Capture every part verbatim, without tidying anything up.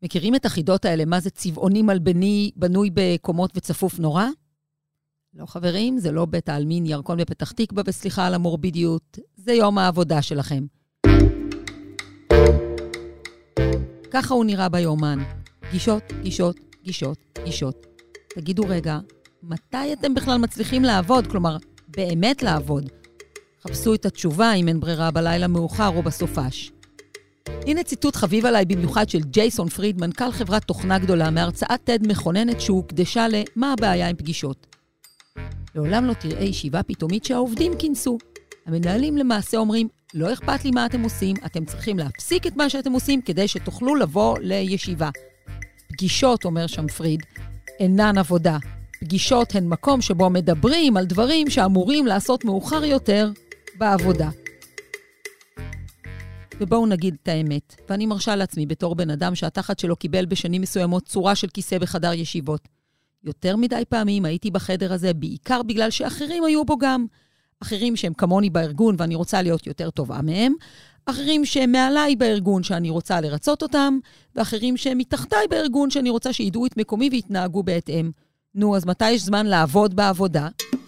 מכירים את החידות האלה? מה זה צבעוני מלבני, בנוי בקומות וצפוף נורא? לא חברים, זה לא בית העלמין ירקון בפתח תקווה, וסליחה על המורבידיות, זה יום העבודה שלכם. ככה הוא נראה ביומן. גישות, גישות, גישות, גישות. תגידו רגע, מתי אתם בכלל מצליחים לעבוד? כלומר, באמת לעבוד. חפשו את התשובה אם אין ברירה בלילה מאוחר או בסופש. הנה ציטוט חביב עליי במיוחד של ג'ייסון פריד, מנכ"ל חברת תוכנה גדולה, מהרצאת טד מכוננת שהוקדשה למה הבעיה עם פגישות. לעולם לא תראה ישיבה פתאומית שהעובדים כינסו. המנהלים למעשה אומרים, לא אכפת לי מה אתם עושים, אתם צריכים להפסיק את מה שאתם עושים כדי שתוכלו לבוא לישיבה. פגישות, אומר שם פריד, אינן עבודה. פגישות הן מקום שבו מדברים על דברים שאמורים לעשות מאוחר יותר בעבודה. ובואו נגיד את האמת, ואני מרשה לעצמי בתור בן אדם שהתחת שלו קיבל בשנים מסוימות צורה של כיסא בחדר ישיבות. יותר מדי פעמים הייתי בחדר הזה, בעיקר בגלל שאחרים היו בו גם. אחרים שהם כמוני בארגון ואני רוצה להיות יותר טובה מהם, אחרים שהם מעליי בארגון שאני רוצה לרצות אותם, ואחרים שהם מתחתיי בארגון שאני רוצה שידעו את מקומי והתנהגו בהתאם. נו, אז מתי יש זמן לעבוד בעבודה?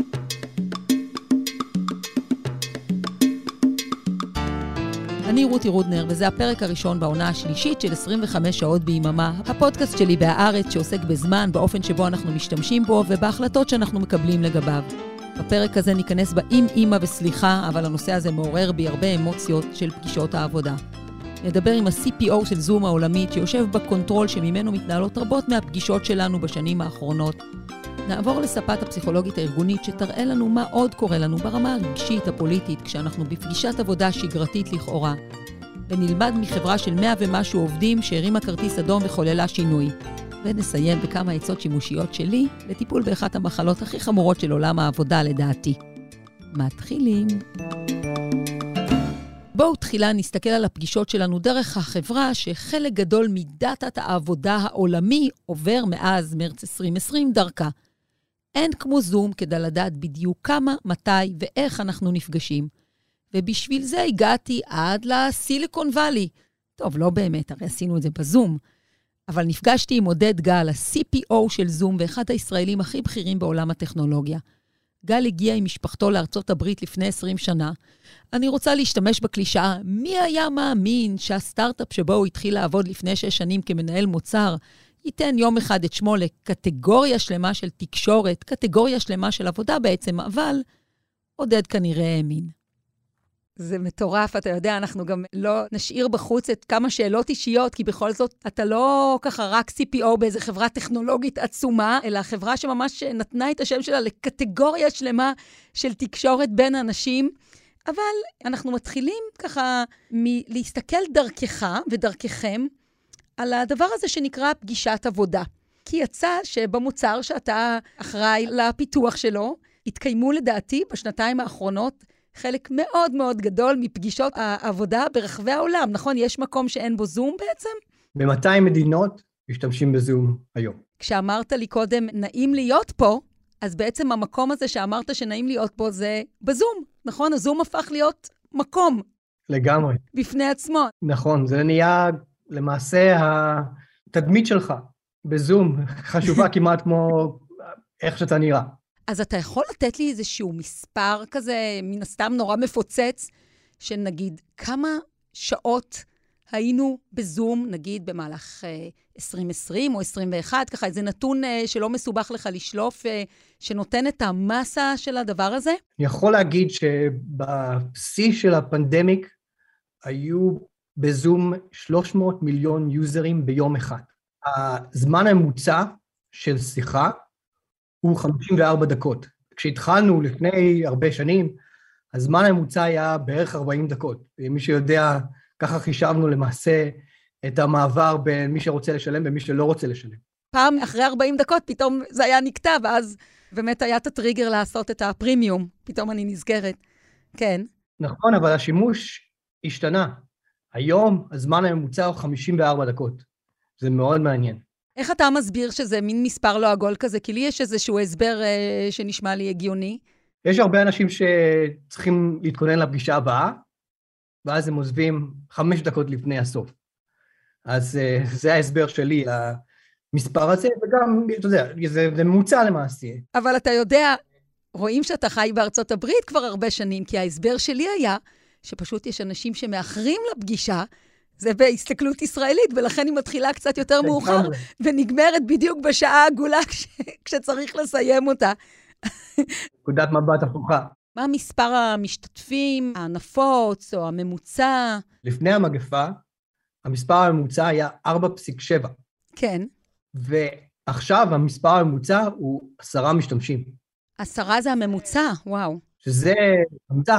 אני רותי רודנר, וזה הפרק הראשון בעונה השלישית של עשרים וחמש שעות ביממה, הפודקאסט שלי בהארץ שעוסק בזמן, באופן שבו אנחנו משתמשים בו, ובהחלטות שאנחנו מקבלים לגביו. בפרק הזה ניכנס באם אימא וסליחה, אבל הנושא הזה מעורר בי הרבה אמוציות של פגישות העבודה. נדבר עם ה-סי פי או של זום העולמית, שיושב בקונטרול שממנו מתנהלות רבות מהפגישות שלנו בשנים האחרונות. נעבור לספת הפסיכולוגית הארגונית שתראה לנו מה עוד קורה לנו ברמה הרגשית הפוליטית כשאנחנו בפגישת עבודה שגרתית לכאורה. ונלמד מחברה של מאה ומשהו עובדים שהרימה כרטיס אדום וחוללה שינוי. ונסיים בכמה עצות שימושיות שלי לטיפול באחת המחלות הכי חמורות של עולם העבודה לדעתי. מתחילים. בואו תחילה נסתכל על הפגישות שלנו דרך החברה שחלק גדול מדאטת העבודה העולמי עובר מאז מרץ עשרים עשרים דרכה. אין כמו זום כדי לדעת בדיוק כמה, מתי ואיך אנחנו נפגשים. ובשביל זה הגעתי עד לסיליקון ואלי. טוב, לא באמת, הרי עשינו את זה בזום. אבל נפגשתי עם עודד גל, ה-סי פי או של זום, ואחד הישראלים הכי בכירים בעולם הטכנולוגיה. גל הגיע עם משפחתו לארצות הברית לפני עשרים שנה. אני רוצה להשתמש בקלישאה, מי היה מאמין שהסטארט-אפ שבו הוא התחיל לעבוד לפני שש שנים כמנהל מוצר, ייתן יום אחד את שמו לקטגוריה שלמה של תקשורת, קטגוריה שלמה של עבודה בעצם, אבל עודד כנראה האמין. זה מטורף, אתה יודע, אנחנו גם לא נשאיר בחוץ את כמה שאלות אישיות, כי בכל זאת אתה לא ככה רק סי פי או באיזו חברה טכנולוגית עצומה, אלא חברה שממש נתנה את השם שלה לקטגוריה שלמה של תקשורת בין אנשים, אבל אנחנו מתחילים ככה מלהסתכל דרכך ודרככם על הדבר הזה שנקרא פגישת עבודה. כי יצא שבמוצר שאתה אחראי לפיתוח שלו, התקיימו לדעתי בשנתיים האחרונות חלק מאוד מאוד גדול מפגישות העבודה ברחבי העולם, נכון? יש מקום שאין בו זום בעצם? ב-מאתיים מדינות משתמשים בזום היום. כשאמרת לי קודם, נעים להיות פה, אז בעצם המקום הזה שאמרת שנעים להיות פה זה בזום, נכון? הזום הפך להיות מקום. לגמרי. בפני עצמו. נכון, זה נהיה למעשה התדמית שלך בזום, חשובה כמעט כמו איך שאתה נראה. אז אתה יכול לתת לי איזשהו מספר כזה, מן הסתם נורא מפוצץ, שנגיד כמה שעות היינו בזום, נגיד במהלך עשרים עשרים או עשרים ואחת, ככה איזה נתון שלא מסובך לך לשלוף, שנותן את המסה של הדבר הזה? אני יכול להגיד שבשיא של הפנדמיק, היו בזום שלוש מאות מיליון יוזרים ביום אחד. הזמן הממוצע של שיחה, הוא חמישים וארבע דקות. כשהתחלנו לפני הרבה שנים, הזמן הממוצע היה בערך ארבעים דקות. מי שיודע, ככה חישבנו למעשה את המעבר בין מי שרוצה לשלם ומי שלא רוצה לשלם. פעם אחרי ארבעים דקות פתאום זה היה נקטע, ואז באמת היה את הטריגר לעשות את הפרימיום. פתאום אני נזכרת. כן. נכון, אבל השימוש השתנה. היום הזמן הממוצע הוא חמישים וארבע דקות. זה מאוד מעניין. איך אתה מסביר שזה מין מספר לא עגול כזה? כי לי יש איזשהו הסבר אה, שנשמע לי הגיוני. יש הרבה אנשים שצריכים להתכונן לפגישה הבאה, ואז הם עוזבים חמש דקות לפני הסוף. אז זה ההסבר שלי למספר הזה, וגם, אתה יודע, זה, זה ממוצע למעשה. אבל אתה יודע, רואים שאתה חי בארצות הברית כבר הרבה שנים, כי ההסבר שלי היה שפשוט יש אנשים שמאחרים לפגישה, זה בהסתכלות ישראלית, ולכן היא מתחילה קצת יותר מאוחר, ונגמרת בדיוק בשעה העגולה כש, כשצריך לסיים אותה. נקודת מבט הפוכה. מה מספר המשתתפים, הנפוץ או הממוצע? לפני המגפה, המספר הממוצע היה ארבע נקודה שבע. כן. ועכשיו המספר הממוצע הוא עשרה משתמשים. עשרה זה הממוצע, וואו. שזה הממוצע.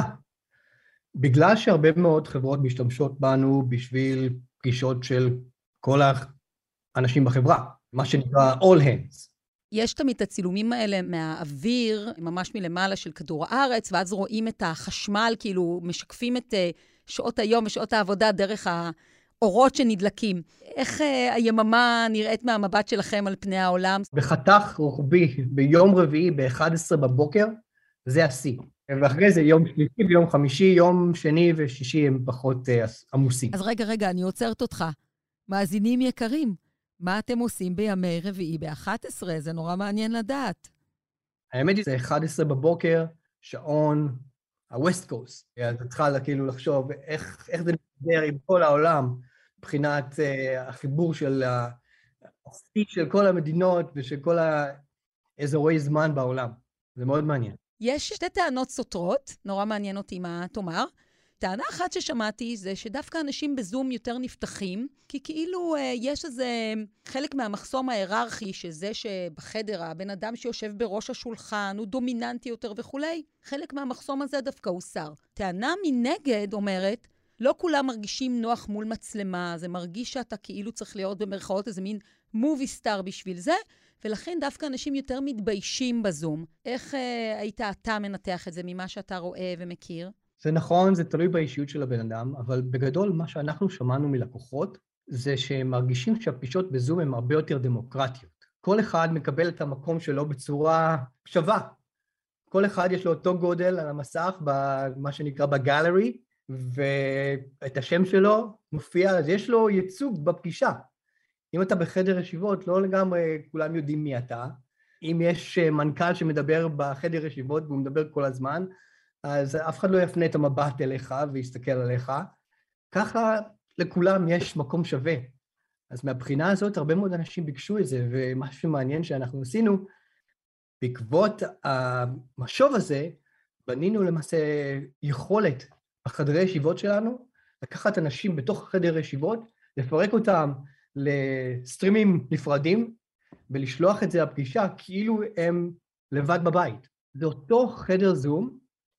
בגלל שהרבה מאוד חברות משתמשות בנו בשביל פגישות של כל האנשים בחברה, מה שנקרא all hands. יש תמיד את הצילומים האלה מהאוויר, ממש מלמעלה של כדור הארץ, ואז רואים את החשמל, כאילו משקפים את שעות היום ושעות העבודה דרך האורות שנדלקים. איך היממה נראית מהמבט שלכם על פני העולם? בחתך רוחבי ביום רביעי ב-אחת עשרה בבוקר, זה השיא. ואחרי זה יום שלישי ויום חמישי, יום שני ושישי הם פחות עמוסים. אז רגע, רגע, אני עוצרת אותך. מאזינים יקרים, מה אתם עושים בימי רביעי ב-אחת עשרה? זה נורא מעניין לדעת. האמת היא, זה אחת עשרה בבוקר, שעון ה-West Coast. אז את צריכה כאילו לחשוב איך, איך זה נדבר עם כל העולם, מבחינת uh, החיבור של השיא של כל המדינות ושל כל האזורי זמן בעולם. זה מאוד מעניין. יש שתי טענות סותרות, נורא מעניין אותי מה תאמר. טענה אחת ששמעתי זה שדווקא אנשים בזום יותר נפתחים, כי כאילו אה, יש איזה חלק מהמחסום ההיררכי, שזה שבחדר הבן אדם שיושב בראש השולחן הוא דומיננטי יותר וכולי, חלק מהמחסום הזה דווקא הוא שר. טענה מנגד אומרת, לא כולם מרגישים נוח מול מצלמה, זה מרגיש שאתה כאילו צריך להיות במרכאות איזה מין מובי סטאר בשביל זה, ולכן דווקא אנשים יותר מתביישים בזום. איך אה, היית אתה מנתח את זה ממה שאתה רואה ומכיר? זה נכון, זה תלוי באישיות של הבן אדם, אבל בגדול מה שאנחנו שמענו מלקוחות, זה שהם מרגישים שהפגישות בזום הן הרבה יותר דמוקרטיות. כל אחד מקבל את המקום שלו בצורה שווה. כל אחד יש לו אותו גודל על המסך, במה שנקרא בגלרי, ואת השם שלו מופיע, אז יש לו ייצוג בפגישה. אם אתה בחדר ישיבות, לא לגמרי כולם יודעים מי אתה. אם יש מנכ"ל שמדבר בחדר ישיבות והוא מדבר כל הזמן, אז אף אחד לא יפנה את המבט אליך ויסתכל עליך. ככה לכולם יש מקום שווה. אז מהבחינה הזאת הרבה מאוד אנשים ביקשו את זה, ומה שמעניין שאנחנו עשינו, בעקבות המשוב הזה, בנינו למעשה יכולת בחדרי ישיבות שלנו, לקחת אנשים בתוך חדר ישיבות, לפרק אותם לסטרימים נפרדים, ולשלוח את זה לפגישה כאילו הם לבד בבית. זה אותו חדר זום,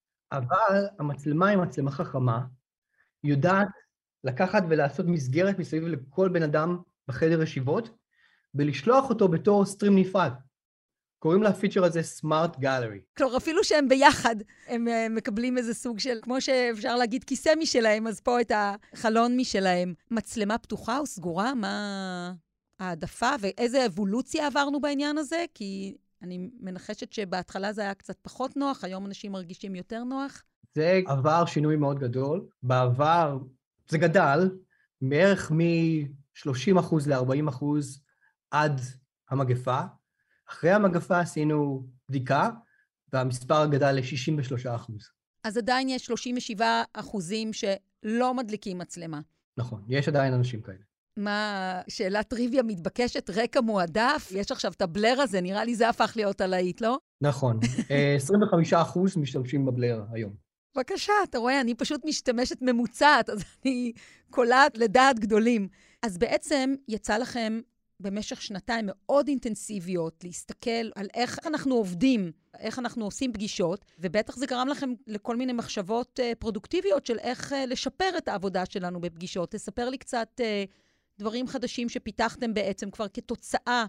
אבל המצלמה היא מצלמה חכמה, יודעת לקחת ולעשות מסגרת מסביב לכל בן אדם בחדר ישיבות, ולשלוח אותו בתור סטרים נפרד. קוראים לפיצ'ר הזה סמארט גלרי. כלומר, אפילו שהם ביחד, הם מקבלים איזה סוג של, כמו שאפשר להגיד, כיסא משלהם, אז פה את החלון משלהם. מצלמה פתוחה או סגורה? מה העדפה ואיזה אבולוציה עברנו בעניין הזה? כי אני מנחשת שבהתחלה זה היה קצת פחות נוח, היום אנשים מרגישים יותר נוח. זה עבר שינוי מאוד גדול. בעבר זה גדל בערך מ-שלושים אחוז ל-ארבעים אחוז עד המגפה. אחרי המגפה עשינו בדיקה, והמספר גדל ל-שישים ושלושה אחוז. אז עדיין יש שלושים ושבעה אחוזים שלא מדליקים מצלמה. נכון, יש עדיין אנשים כאלה. מה, שאלת טריוויה מתבקשת, רקע מועדף? יש עכשיו את הבלר הזה, נראה לי זה הפך להיות עלאית, לא? נכון, עשרים וחמישה אחוז משתמשים בבלר היום. בבקשה, אתה רואה, אני פשוט משתמשת ממוצעת, אז אני קולעת לדעת גדולים. אז בעצם יצא לכם במשך שנתיים מאוד אינטנסיביות להסתכל על איך אנחנו עובדים, איך אנחנו עושים פגישות, ובטח זה גרם לכם לכל מיני מחשבות פרודוקטיביות של איך לשפר את העבודה שלנו בפגישות. תספר לי קצת דברים חדשים שפיתחתם בעצם כבר כתוצאה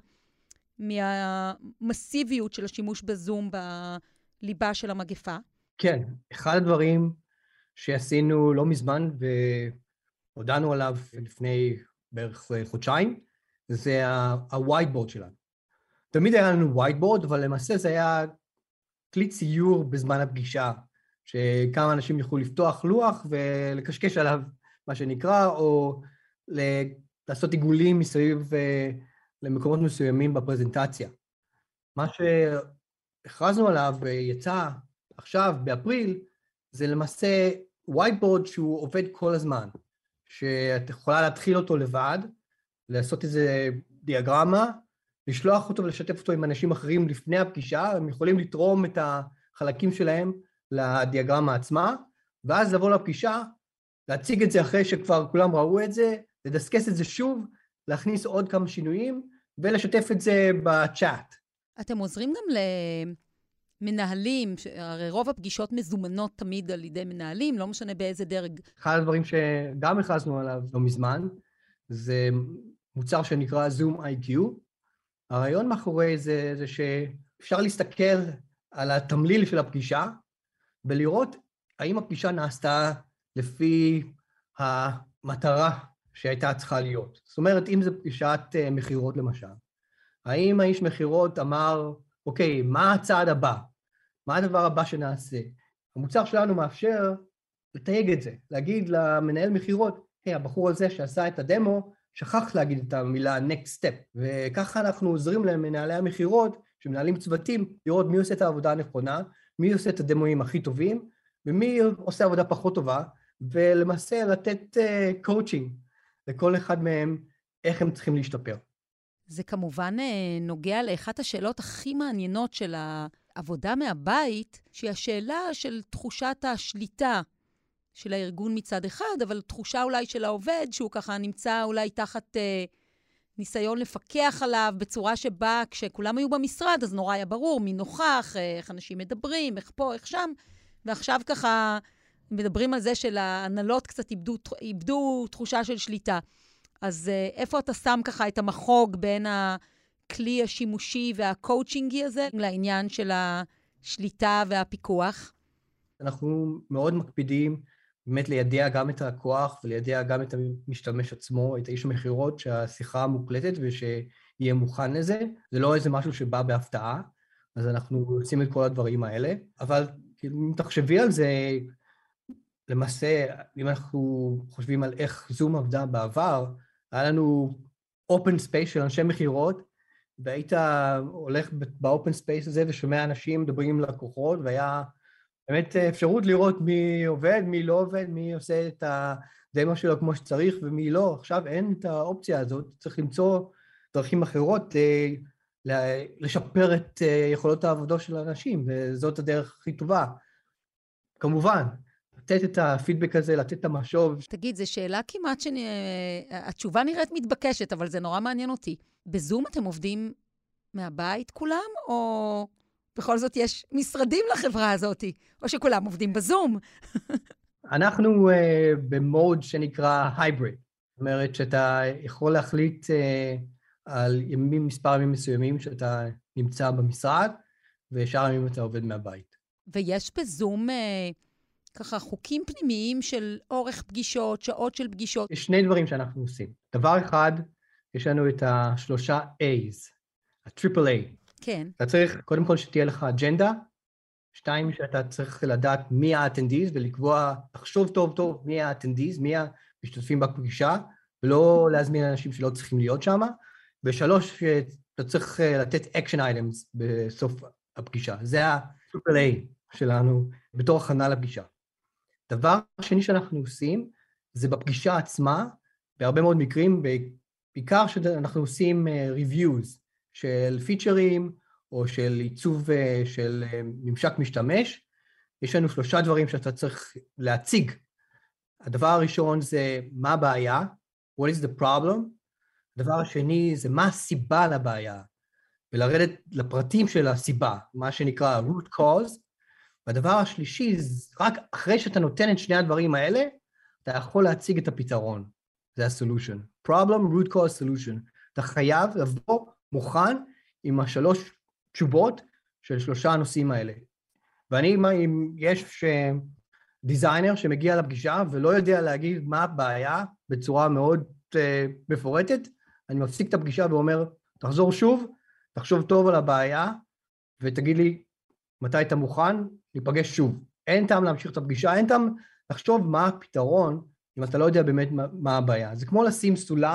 מהמסיביות של השימוש בזום בליבה של המגפה. כן, אחד הדברים שעשינו לא מזמן והודענו עליו לפני בערך חודשיים, זה ה-whiteboard שלנו. תמיד היה לנו whiteboard, אבל למעשה זה היה כלי ציור בזמן הפגישה, שכמה אנשים יכולו לפתוח לוח ולקשקש עליו מה שנקרא, או לעשות עיגולים מסביב למקומות מסוימים בפרזנטציה. מה שהכרזנו עליו ויצא עכשיו באפריל, זה למעשה whiteboard שהוא עובד כל הזמן, שאת יכולה להתחיל אותו לבד, לעשות איזה דיאגרמה, לשלוח אותו ולשתף אותו עם אנשים אחרים לפני הפגישה, הם יכולים לתרום את החלקים שלהם לדיאגרמה עצמה, ואז לבוא לפגישה, להציג את זה אחרי שכבר כולם ראו את זה, לדסקס את זה שוב, להכניס עוד כמה שינויים, ולשתף את זה בצ'אט. אתם עוזרים גם למנהלים, הרי רוב הפגישות מזומנות תמיד על ידי מנהלים, לא משנה באיזה דרג. אחד הדברים שגם הכרזנו עליו לא מזמן, זה מוצר שנקרא Zoom איי קיו. הרעיון מאחורי זה, זה שאפשר להסתכל על התמליל של הפגישה, ולראות האם הפגישה נעשתה לפי המטרה שהייתה צריכה להיות. זאת אומרת, אם זו פגישת מחירות למשל, האם האיש מחירות אמר, אוקיי, מה הצעד הבא? מה הדבר הבא שנעשה? המוצר שלנו מאפשר לתייג את זה, להגיד למנהל מחירות, היי, הבחור הזה שעשה את הדמו, שכח להגיד את המילה next step, וככה אנחנו עוזרים למנהלי המחירות, שמנהלים צוותים, לראות מי עושה את העבודה הנכונה, מי עושה את הדמוים הכי טובים, ומי עושה עבודה פחות טובה, ולמעשה לתת קואוצ'ינג uh, לכל אחד מהם, איך הם צריכים להשתפר. זה כמובן נוגע לאחת השאלות הכי מעניינות של העבודה מהבית, שהיא השאלה של תחושת השליטה של הארגון מצד אחד, אבל תחושה אולי של העובד, שהוא ככה נמצא אולי תחת אה, ניסיון לפקח עליו, בצורה שבה כשכולם היו במשרד, אז נורא היה ברור מי נוכח, איך אנשים מדברים, איך פה, איך שם, ועכשיו ככה מדברים על זה שלהנהלות קצת איבדו, איבדו תחושה של שליטה. אז איפה אתה שם ככה את המחוג בין הכלי השימושי והקואוצ'ינגי הזה לעניין של השליטה והפיקוח? אנחנו מאוד מקפידים באמת לידע גם את הלקוח ולידע גם את המשתמש עצמו, את האיש המחירות, שהשיחה מוקלטת ושיהיה מוכן לזה. זה לא איזה משהו שבא בהפתעה, אז אנחנו עושים את כל הדברים האלה. אבל אם תחשבי על זה, למעשה, אם אנחנו חושבים על איך זום עבדה בעבר, היה לנו open space של אנשי מחירות, והיית הולך באופן ספייס הזה ושומע אנשים מדברים עם לקוחות, והיה באמת אפשרות לראות מי עובד, מי לא עובד, מי עושה את הדמו שלו כמו שצריך ומי לא. עכשיו אין את האופציה הזאת, צריך למצוא דרכים אחרות לשפר את יכולות העבודה של האנשים, וזאת הדרך הכי טובה. כמובן, לתת את הפידבק הזה, לתת את המשוב. תגיד, זו שאלה כמעט שהתשובה נראית מתבקשת, אבל זה נורא מעניין אותי. בזום אתם עובדים מהבית כולם, או בכל זאת יש משרדים לחברה הזאת, או שכולם עובדים בזום? אנחנו uh, במוד שנקרא הייבריד. זאת אומרת שאתה יכול להחליט uh, על ימים, מספר ימים מסוימים שאתה נמצא במשרד, ושאר הימים אתה עובד מהבית. ויש בזום... Uh... ככה חוקים פנימיים של אורך פגישות, שעות של פגישות. יש שני דברים שאנחנו עושים. דבר אחד, יש לנו את השלושה A's, ה-טריפל איי. כן. אתה צריך, קודם כל שתהיה לך אג'נדה, שתיים, שאתה צריך לדעת מי האטנדיז, ולקבוע, לחשוב טוב טוב מי האטנדיז, מי המשתתפים בפגישה, ולא להזמין אנשים שלא צריכים להיות שם, ושלוש, אתה צריך לתת action items בסוף הפגישה. זה ה-טריפל איי שלנו, בתור הכנה לפגישה. דבר שני שאנחנו עושים, זה בפגישה עצמה, בהרבה מאוד מקרים, בעיקר שאנחנו עושים reviews של פיצ'רים, או של עיצוב של ממשק משתמש. יש לנו שלושה דברים שאתה צריך להציג. הדבר הראשון זה מה הבעיה, what is the problem. הדבר השני זה מה הסיבה לבעיה, ולרדת לפרטים של הסיבה, מה שנקרא root cause. והדבר השלישי, רק אחרי שאתה נותן את שני הדברים האלה, אתה יכול להציג את הפתרון. זה ה-solution. problem, root cause, solution. אתה חייב לבוא מוכן עם השלוש תשובות של שלושה הנושאים האלה. ואני, אם יש דיזיינר שמגיע לפגישה ולא יודע להגיד מה הבעיה בצורה מאוד uh, מפורטת, אני מפסיק את הפגישה ואומר, תחזור שוב, תחשוב טוב על הבעיה, ותגיד לי מתי אתה מוכן, ניפגש שוב. אין טעם להמשיך את הפגישה, אין טעם לחשוב מה הפתרון, אם אתה לא יודע באמת מה, מה הבעיה. זה כמו לשים סולם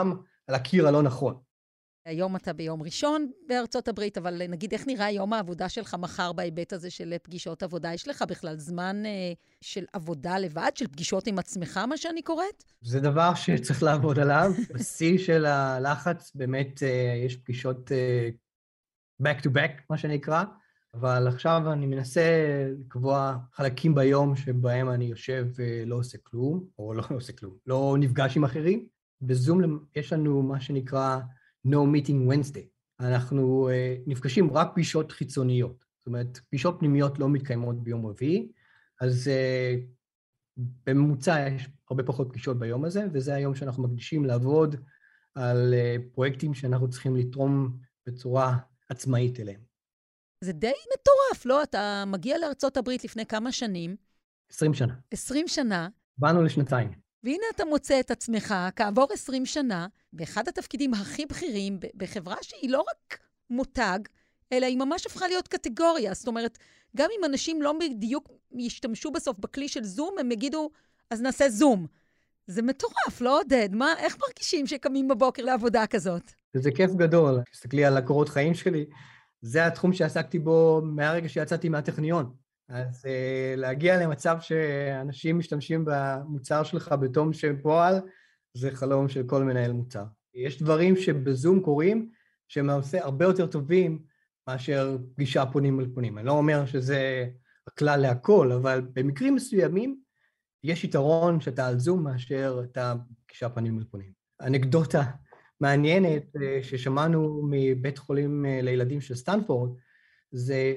על הקיר הלא נכון. היום אתה ביום ראשון בארצות הברית, אבל נגיד איך נראה יום העבודה שלך מחר בהיבט הזה של פגישות עבודה? יש לך בכלל זמן אה, של עבודה לבד, של פגישות עם עצמך, מה שאני קוראת? זה דבר שצריך לעבוד עליו. בשיא של הלחץ באמת אה, יש פגישות אה, back to back, מה שנקרא, אבל עכשיו אני מנסה לקבוע חלקים ביום שבהם אני יושב ולא עושה כלום, או לא עושה כלום, לא נפגש עם אחרים. בזום יש לנו מה שנקרא No Meeting Wednesday. אנחנו uh, נפגשים רק פגישות חיצוניות. זאת אומרת, פגישות פנימיות לא מתקיימות ביום רביעי, אז uh, בממוצע יש הרבה פחות פגישות ביום הזה, וזה היום שאנחנו מקדישים לעבוד על uh, פרויקטים שאנחנו צריכים לתרום בצורה עצמאית אליהם. זה די מטורף, לא? אתה מגיע לארצות הברית לפני כמה שנים. עשרים שנה. עשרים שנה. באנו לשנתיים. והנה אתה מוצא את עצמך, כעבור עשרים שנה, באחד התפקידים הכי בכירים, בחברה שהיא לא רק מותג, אלא היא ממש הפכה להיות קטגוריה. זאת אומרת, גם אם אנשים לא בדיוק ישתמשו בסוף בכלי של זום, הם יגידו, אז נעשה זום. זה מטורף, לא עודד? מה, איך מרגישים שקמים בבוקר לעבודה כזאת? זה כיף גדול. תסתכלי על הקורות חיים שלי. זה התחום שעסקתי בו מהרגע שיצאתי מהטכניון. אז uh, להגיע למצב שאנשים משתמשים במוצר שלך בתום שם פועל, זה חלום של כל מנהל מוצר. יש דברים שבזום קורים, שהם עושה הרבה יותר טובים מאשר פגישה פונים על פונים. אני לא אומר שזה הכלל להכל, אבל במקרים מסוימים יש יתרון שאתה על זום מאשר אתה פגישה פנים על פונים. אנקדוטה מעניינת ששמענו מבית חולים לילדים של סטנפורד, זה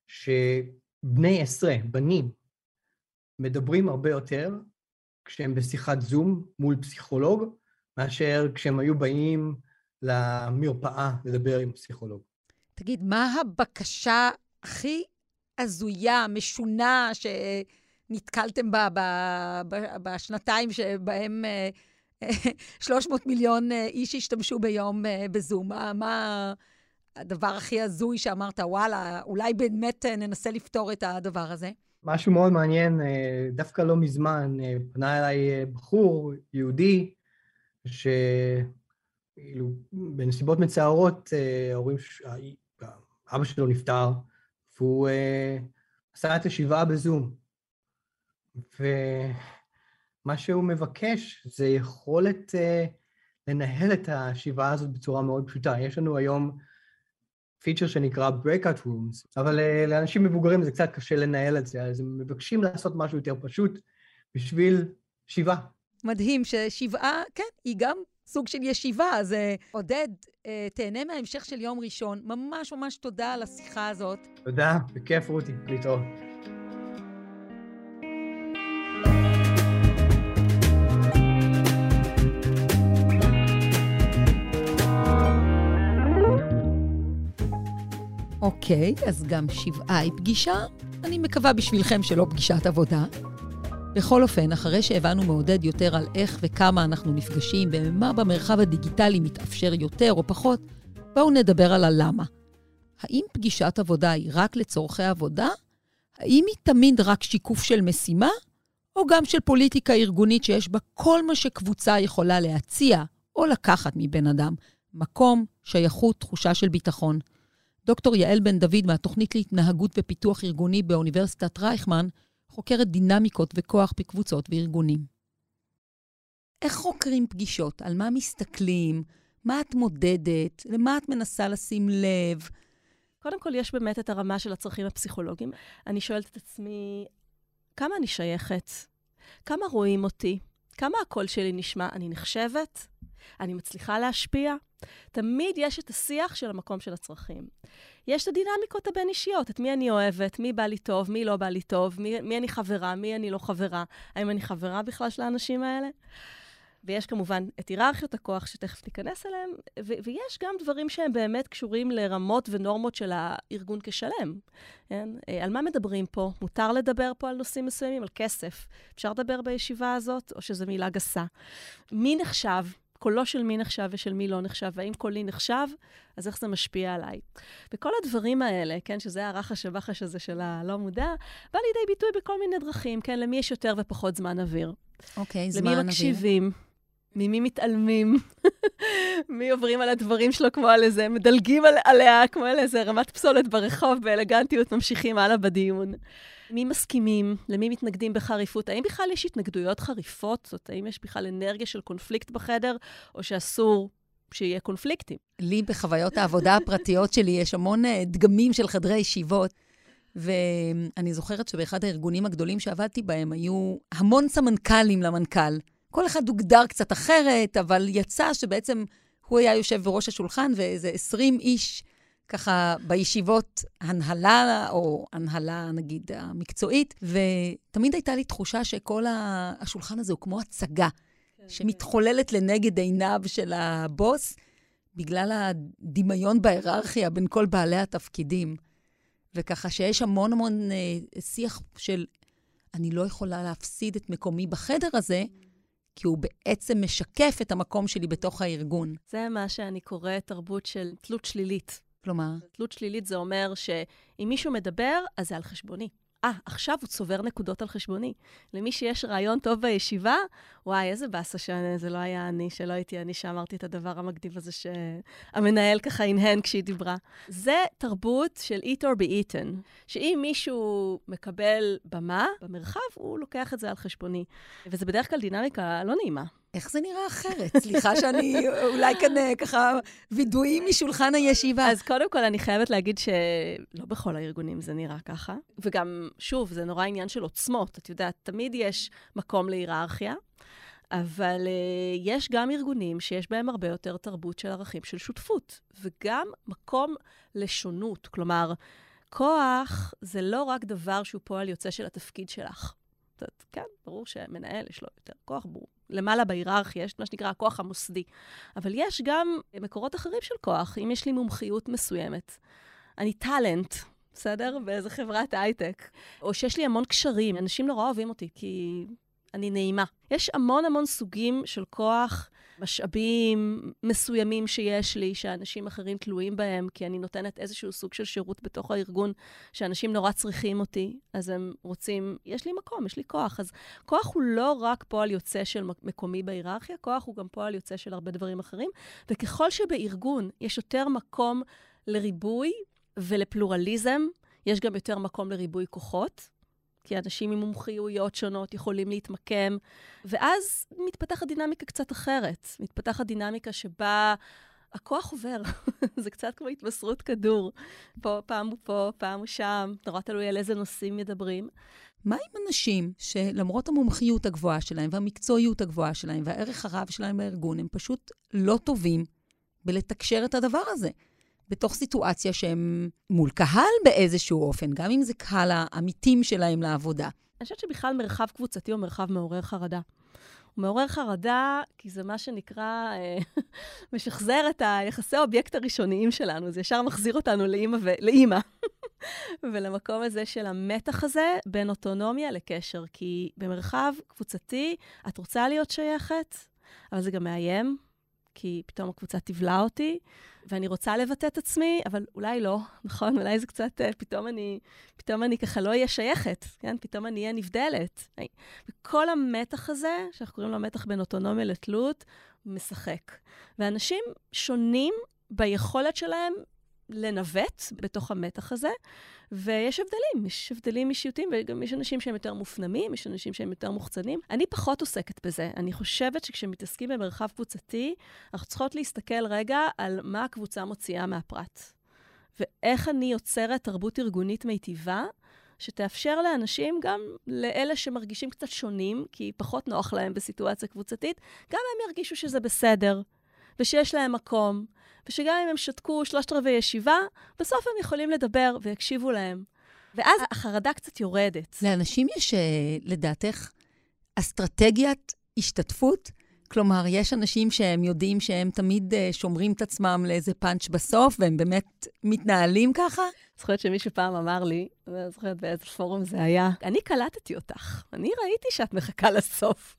שבני עשרה, בנים, מדברים הרבה יותר כשהם בשיחת זום מול פסיכולוג, מאשר כשהם היו באים למרפאה לדבר עם פסיכולוג. תגיד, מה הבקשה הכי הזויה, משונה, שנתקלתם בה בשנתיים שבהם שלוש מאות מיליון איש השתמשו ביום בזום? מה, מה הדבר הכי הזוי שאמרת, וואלה, אולי באמת ננסה לפתור את הדבר הזה? משהו מאוד מעניין, דווקא לא מזמן, פנה אליי בחור יהודי, שאילו בנסיבות מצערות, ההורים, אבא שלו נפטר, והוא עשה את השבעה בזום. ומה שהוא מבקש זה יכולת לנהל את השבעה הזאת בצורה מאוד פשוטה. יש לנו היום פיצ'ר שנקרא breakout rooms, אבל לאנשים מבוגרים זה קצת קשה לנהל את זה, אז הם מבקשים לעשות משהו יותר פשוט בשביל שבעה. מדהים ששבעה, כן, היא גם סוג של ישיבה. אז עודד, תהנה מההמשך של יום ראשון. ממש ממש תודה על השיחה הזאת. תודה, בכיף רותי, להתראות. אוקיי, אז גם שבעה היא פגישה. אני מקווה בשבילכם שלא פגישת עבודה. בכל אופן, אחרי שהבנו מעודד יותר על איך וכמה אנחנו נפגשים ומה במרחב הדיגיטלי מתאפשר יותר או פחות, בואו נדבר על הלמה. האם פגישת עבודה היא רק לצורכי עבודה? האם היא תמיד רק שיקוף של משימה? או גם של פוליטיקה ארגונית שיש בה כל מה שקבוצה יכולה להציע או לקחת מבן אדם? מקום, שייכות, תחושה של ביטחון. דוקטור יעל בן דוד מהתוכנית להתנהגות ופיתוח ארגוני באוניברסיטת רייכמן, חוקרת דינמיקות וכוח בקבוצות וארגונים. איך חוקרים פגישות? על מה מסתכלים? מה את מודדת? למה את מנסה לשים לב? קודם כל, יש באמת את הרמה של הצרכים הפסיכולוגיים. אני שואלת את עצמי, כמה אני שייכת? כמה רואים אותי? כמה הקול שלי נשמע? אני נחשבת? אני מצליחה להשפיע? תמיד יש את השיח של המקום של הצרכים. יש את הדינמיקות הבין אישיות, את מי אני אוהבת, מי בא לי טוב, מי לא בא לי טוב, מי, מי אני חברה, מי אני לא חברה, האם אני חברה בכלל של האנשים האלה? ויש כמובן את היררכיות הכוח שתכף ניכנס אליהם, ו- ויש גם דברים שהם באמת קשורים לרמות ונורמות של הארגון כשלם. כן? על מה מדברים פה? מותר לדבר פה על נושאים מסוימים, על כסף. אפשר לדבר בישיבה הזאת, או שזו מילה גסה. מי נחשב? קולו של מי נחשב ושל מי לא נחשב, והאם קולי נחשב, אז איך זה משפיע עליי. וכל הדברים האלה, כן, שזה הרחש הבחש הזה של הלא מודע, בא לידי ביטוי בכל מיני דרכים, כן, למי יש יותר ופחות זמן אוויר. אוקיי, זמן אוויר. למי מקשיבים, ממי מתעלמים, מי עוברים על הדברים שלו כמו על איזה, מדלגים על, עליה כמו על איזה רמת פסולת ברחוב, באלגנטיות ממשיכים הלאה בדיון. מי מסכימים? למי מתנגדים בחריפות? האם בכלל יש התנגדויות חריפות? זאת, האם יש בכלל אנרגיה של קונפליקט בחדר, או שאסור שיהיה קונפליקטים? לי בחוויות העבודה הפרטיות שלי יש המון דגמים של חדרי ישיבות, ואני זוכרת שבאחד הארגונים הגדולים שעבדתי בהם היו המון סמנכ"לים למנכ"ל. כל אחד הוגדר קצת אחרת, אבל יצא שבעצם הוא היה יושב בראש השולחן, ואיזה עשרים איש ככה בישיבות הנהלה, או הנהלה נגיד המקצועית, ותמיד הייתה לי תחושה שכל השולחן הזה הוא כמו הצגה, שמתחוללת לנגד עיניו של הבוס, בגלל הדמיון בהיררכיה בין כל בעלי התפקידים. וככה שיש המון המון אה, שיח של, אני לא יכולה להפסיד את מקומי בחדר הזה, כי הוא בעצם משקף את המקום שלי בתוך הארגון. זה מה שאני קוראת תרבות של תלות שלילית. כלומר? תלות שלילית זה אומר שאם מישהו מדבר, אז זה על חשבוני. אה, עכשיו הוא צובר נקודות על חשבוני. למי שיש רעיון טוב בישיבה, וואי, איזה באסה שזה לא היה אני, שלא הייתי אני שאמרתי את הדבר המקדים הזה שהמנהל ככה הנהן כשהיא דיברה. זה תרבות של eat or be eaten, שאם מישהו מקבל במה במרחב, הוא לוקח את זה על חשבוני. וזה בדרך כלל דינמיקה לא נעימה. איך זה נראה אחרת? סליחה שאני אולי כאן ככה וידועים משולחן הישיבה. אז קודם כל אני חייבת להגיד שלא בכל הארגונים זה נראה ככה. וגם, שוב, זה נורא עניין של עוצמות. את יודעת, תמיד יש מקום להיררכיה, אבל uh, יש גם ארגונים שיש בהם הרבה יותר תרבות של ערכים של שותפות, וגם מקום לשונות. כלומר, כוח זה לא רק דבר שהוא פועל יוצא של התפקיד שלך. זאת, כן, ברור שמנהל יש לו יותר כוח, ברור. למעלה בהיררכיה, יש מה שנקרא הכוח המוסדי. אבל יש גם מקורות אחרים של כוח, אם יש לי מומחיות מסוימת. אני טלנט, בסדר? באיזה חברת הייטק. או שיש לי המון קשרים, אנשים נורא אוהבים אותי, כי אני נעימה. יש המון המון סוגים של כוח, משאבים מסוימים שיש לי, שאנשים אחרים תלויים בהם, כי אני נותנת איזשהו סוג של שירות בתוך הארגון, שאנשים נורא צריכים אותי, אז הם רוצים, יש לי מקום, יש לי כוח. אז כוח הוא לא רק פועל יוצא של מקומי בהיררכיה, כוח הוא גם פועל יוצא של הרבה דברים אחרים, וככל שבארגון יש יותר מקום לריבוי ולפלורליזם, יש גם יותר מקום לריבוי כוחות, כי אנשים עם מומחיויות שונות יכולים להתמקם, ואז מתפתחת דינמיקה קצת אחרת. מתפתחת דינמיקה שבה הכוח עובר. זה קצת כמו התמסרות כדור. פה, פעם הוא פה, פעם הוא שם. נורא תלוי על איזה נושאים מדברים. מה עם אנשים שלמרות המומחיות הגבוהה שלהם, והמקצועיות הגבוהה שלהם, והערך הרב שלהם בארגון, הם פשוט לא טובים בלתקשר את הדבר הזה? בתוך סיטואציה שהם מול קהל באיזשהו אופן, גם אם זה קהל העמיתים שלהם לעבודה. אני חושבת שבכלל מרחב קבוצתי הוא מרחב מעורר חרדה. הוא מעורר חרדה כי זה מה שנקרא, אה, משחזר את היחסי האובייקט הראשוניים שלנו. זה ישר מחזיר אותנו לאמא ולאמא. ולמקום הזה של המתח הזה בין אוטונומיה לקשר. כי במרחב קבוצתי את רוצה להיות שייכת, אבל זה גם מאיים, כי פתאום הקבוצה תבלע אותי, ואני רוצה לבטא את עצמי, אבל אולי לא, נכון? אולי זה קצת, פתאום אני, פתאום אני ככה לא אהיה שייכת, כן? פתאום אני אהיה נבדלת. וכל המתח הזה, שאנחנו קוראים לו מתח בין אוטונומיה לתלות, הוא משחק. ואנשים שונים ביכולת שלהם לנווט בתוך המתח הזה, ויש הבדלים, יש הבדלים אישיותיים, וגם יש אנשים שהם יותר מופנמים, יש אנשים שהם יותר מוחצנים. אני פחות עוסקת בזה. אני חושבת שכשמתעסקים במרחב קבוצתי, אנחנו צריכות להסתכל רגע על מה הקבוצה מוציאה מהפרט. ואיך אני יוצרת תרבות ארגונית מיטיבה, שתאפשר לאנשים, גם לאלה שמרגישים קצת שונים, כי פחות נוח להם בסיטואציה קבוצתית, גם הם ירגישו שזה בסדר, ושיש להם מקום, ושגם אם הם שתקו שלושת רבעי ישיבה, בסוף הם יכולים לדבר ויקשיבו להם. ואז החרדה קצת יורדת. לאנשים יש, לדעתך, אסטרטגיית השתתפות? כלומר, יש אנשים שהם יודעים שהם תמיד שומרים את עצמם לאיזה פאנץ' בסוף, והם באמת מתנהלים ככה? זוכרת שמישהו פעם אמר לי, אני זוכרת באיזה פורום זה היה, אני קלטתי אותך, אני ראיתי שאת מחכה לסוף.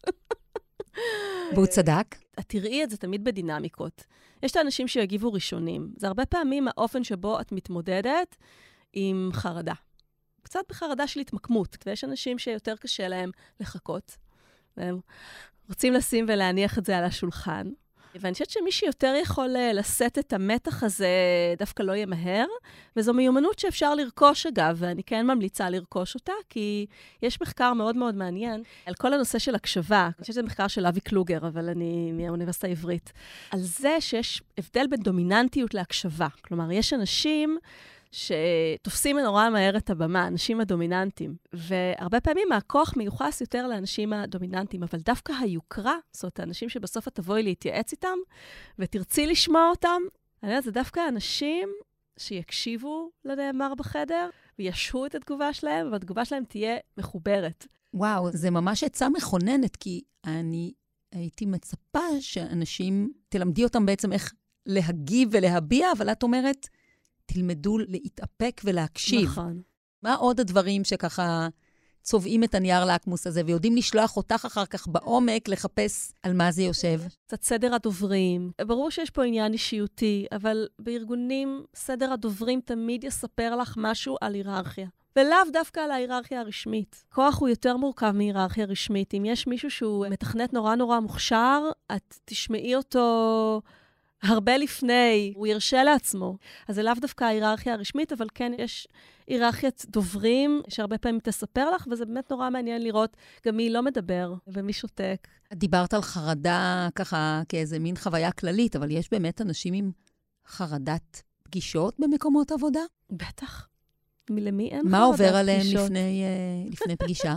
והוא צדק? את תראי את זה תמיד בדינמיקות. יש את האנשים שיגיבו ראשונים. זה הרבה פעמים האופן שבו את מתמודדת עם חרדה. קצת בחרדה של התמקמות. ויש אנשים שיותר קשה להם לחכות. והם רוצים לשים ולהניח את זה על השולחן. ואני חושבת שמי שיותר יכול לשאת את המתח הזה דווקא לא ימהר, וזו מיומנות שאפשר לרכוש אגב, ואני כן ממליצה לרכוש אותה, כי יש מחקר מאוד מאוד מעניין על כל הנושא של הקשבה. אני חושבת שזה מחקר של אבי קלוגר, אבל אני מהאוניברסיטה העברית. על זה שיש הבדל בין דומיננטיות להקשבה. כלומר, יש אנשים שתופסים נורא מהר את הבמה, אנשים הדומיננטים. והרבה פעמים הכוח מיוחס יותר לאנשים הדומיננטים, אבל דווקא היוקרה, זאת אומרת, האנשים שבסוף את תבואי להתייעץ איתם, ותרצי לשמוע אותם, אני יודעת, זה דווקא אנשים שיקשיבו לנאמר בחדר, וישהו את התגובה שלהם, והתגובה שלהם תהיה מחוברת. וואו, זה ממש עצה מכוננת, כי אני הייתי מצפה שאנשים, תלמדי אותם בעצם איך להגיב ולהביע, אבל את אומרת, תלמדו להתאפק ולהקשיב. נכון. מה עוד הדברים שככה צובעים את הנייר לאקמוס הזה, ויודעים לשלוח אותך אחר כך בעומק לחפש על מה זה יושב? קצת סדר הדוברים. ברור שיש פה עניין אישיותי, אבל בארגונים סדר הדוברים תמיד יספר לך משהו על היררכיה. ולאו דווקא על ההיררכיה הרשמית. כוח הוא יותר מורכב מהיררכיה רשמית. אם יש מישהו שהוא מתכנת נורא נורא מוכשר, את תשמעי אותו הרבה לפני, הוא ירשה לעצמו. אז זה לאו דווקא ההיררכיה הרשמית, אבל כן יש היררכיית דוברים, שהרבה פעמים תספר לך, וזה באמת נורא מעניין לראות גם מי לא מדבר ומי שותק. דיברת על חרדה ככה כאיזה מין חוויה כללית, אבל יש באמת אנשים עם חרדת פגישות במקומות עבודה? בטח. מלמי אין חרדת פגישות. מה עובר עליהם לפני, לפני פגישה?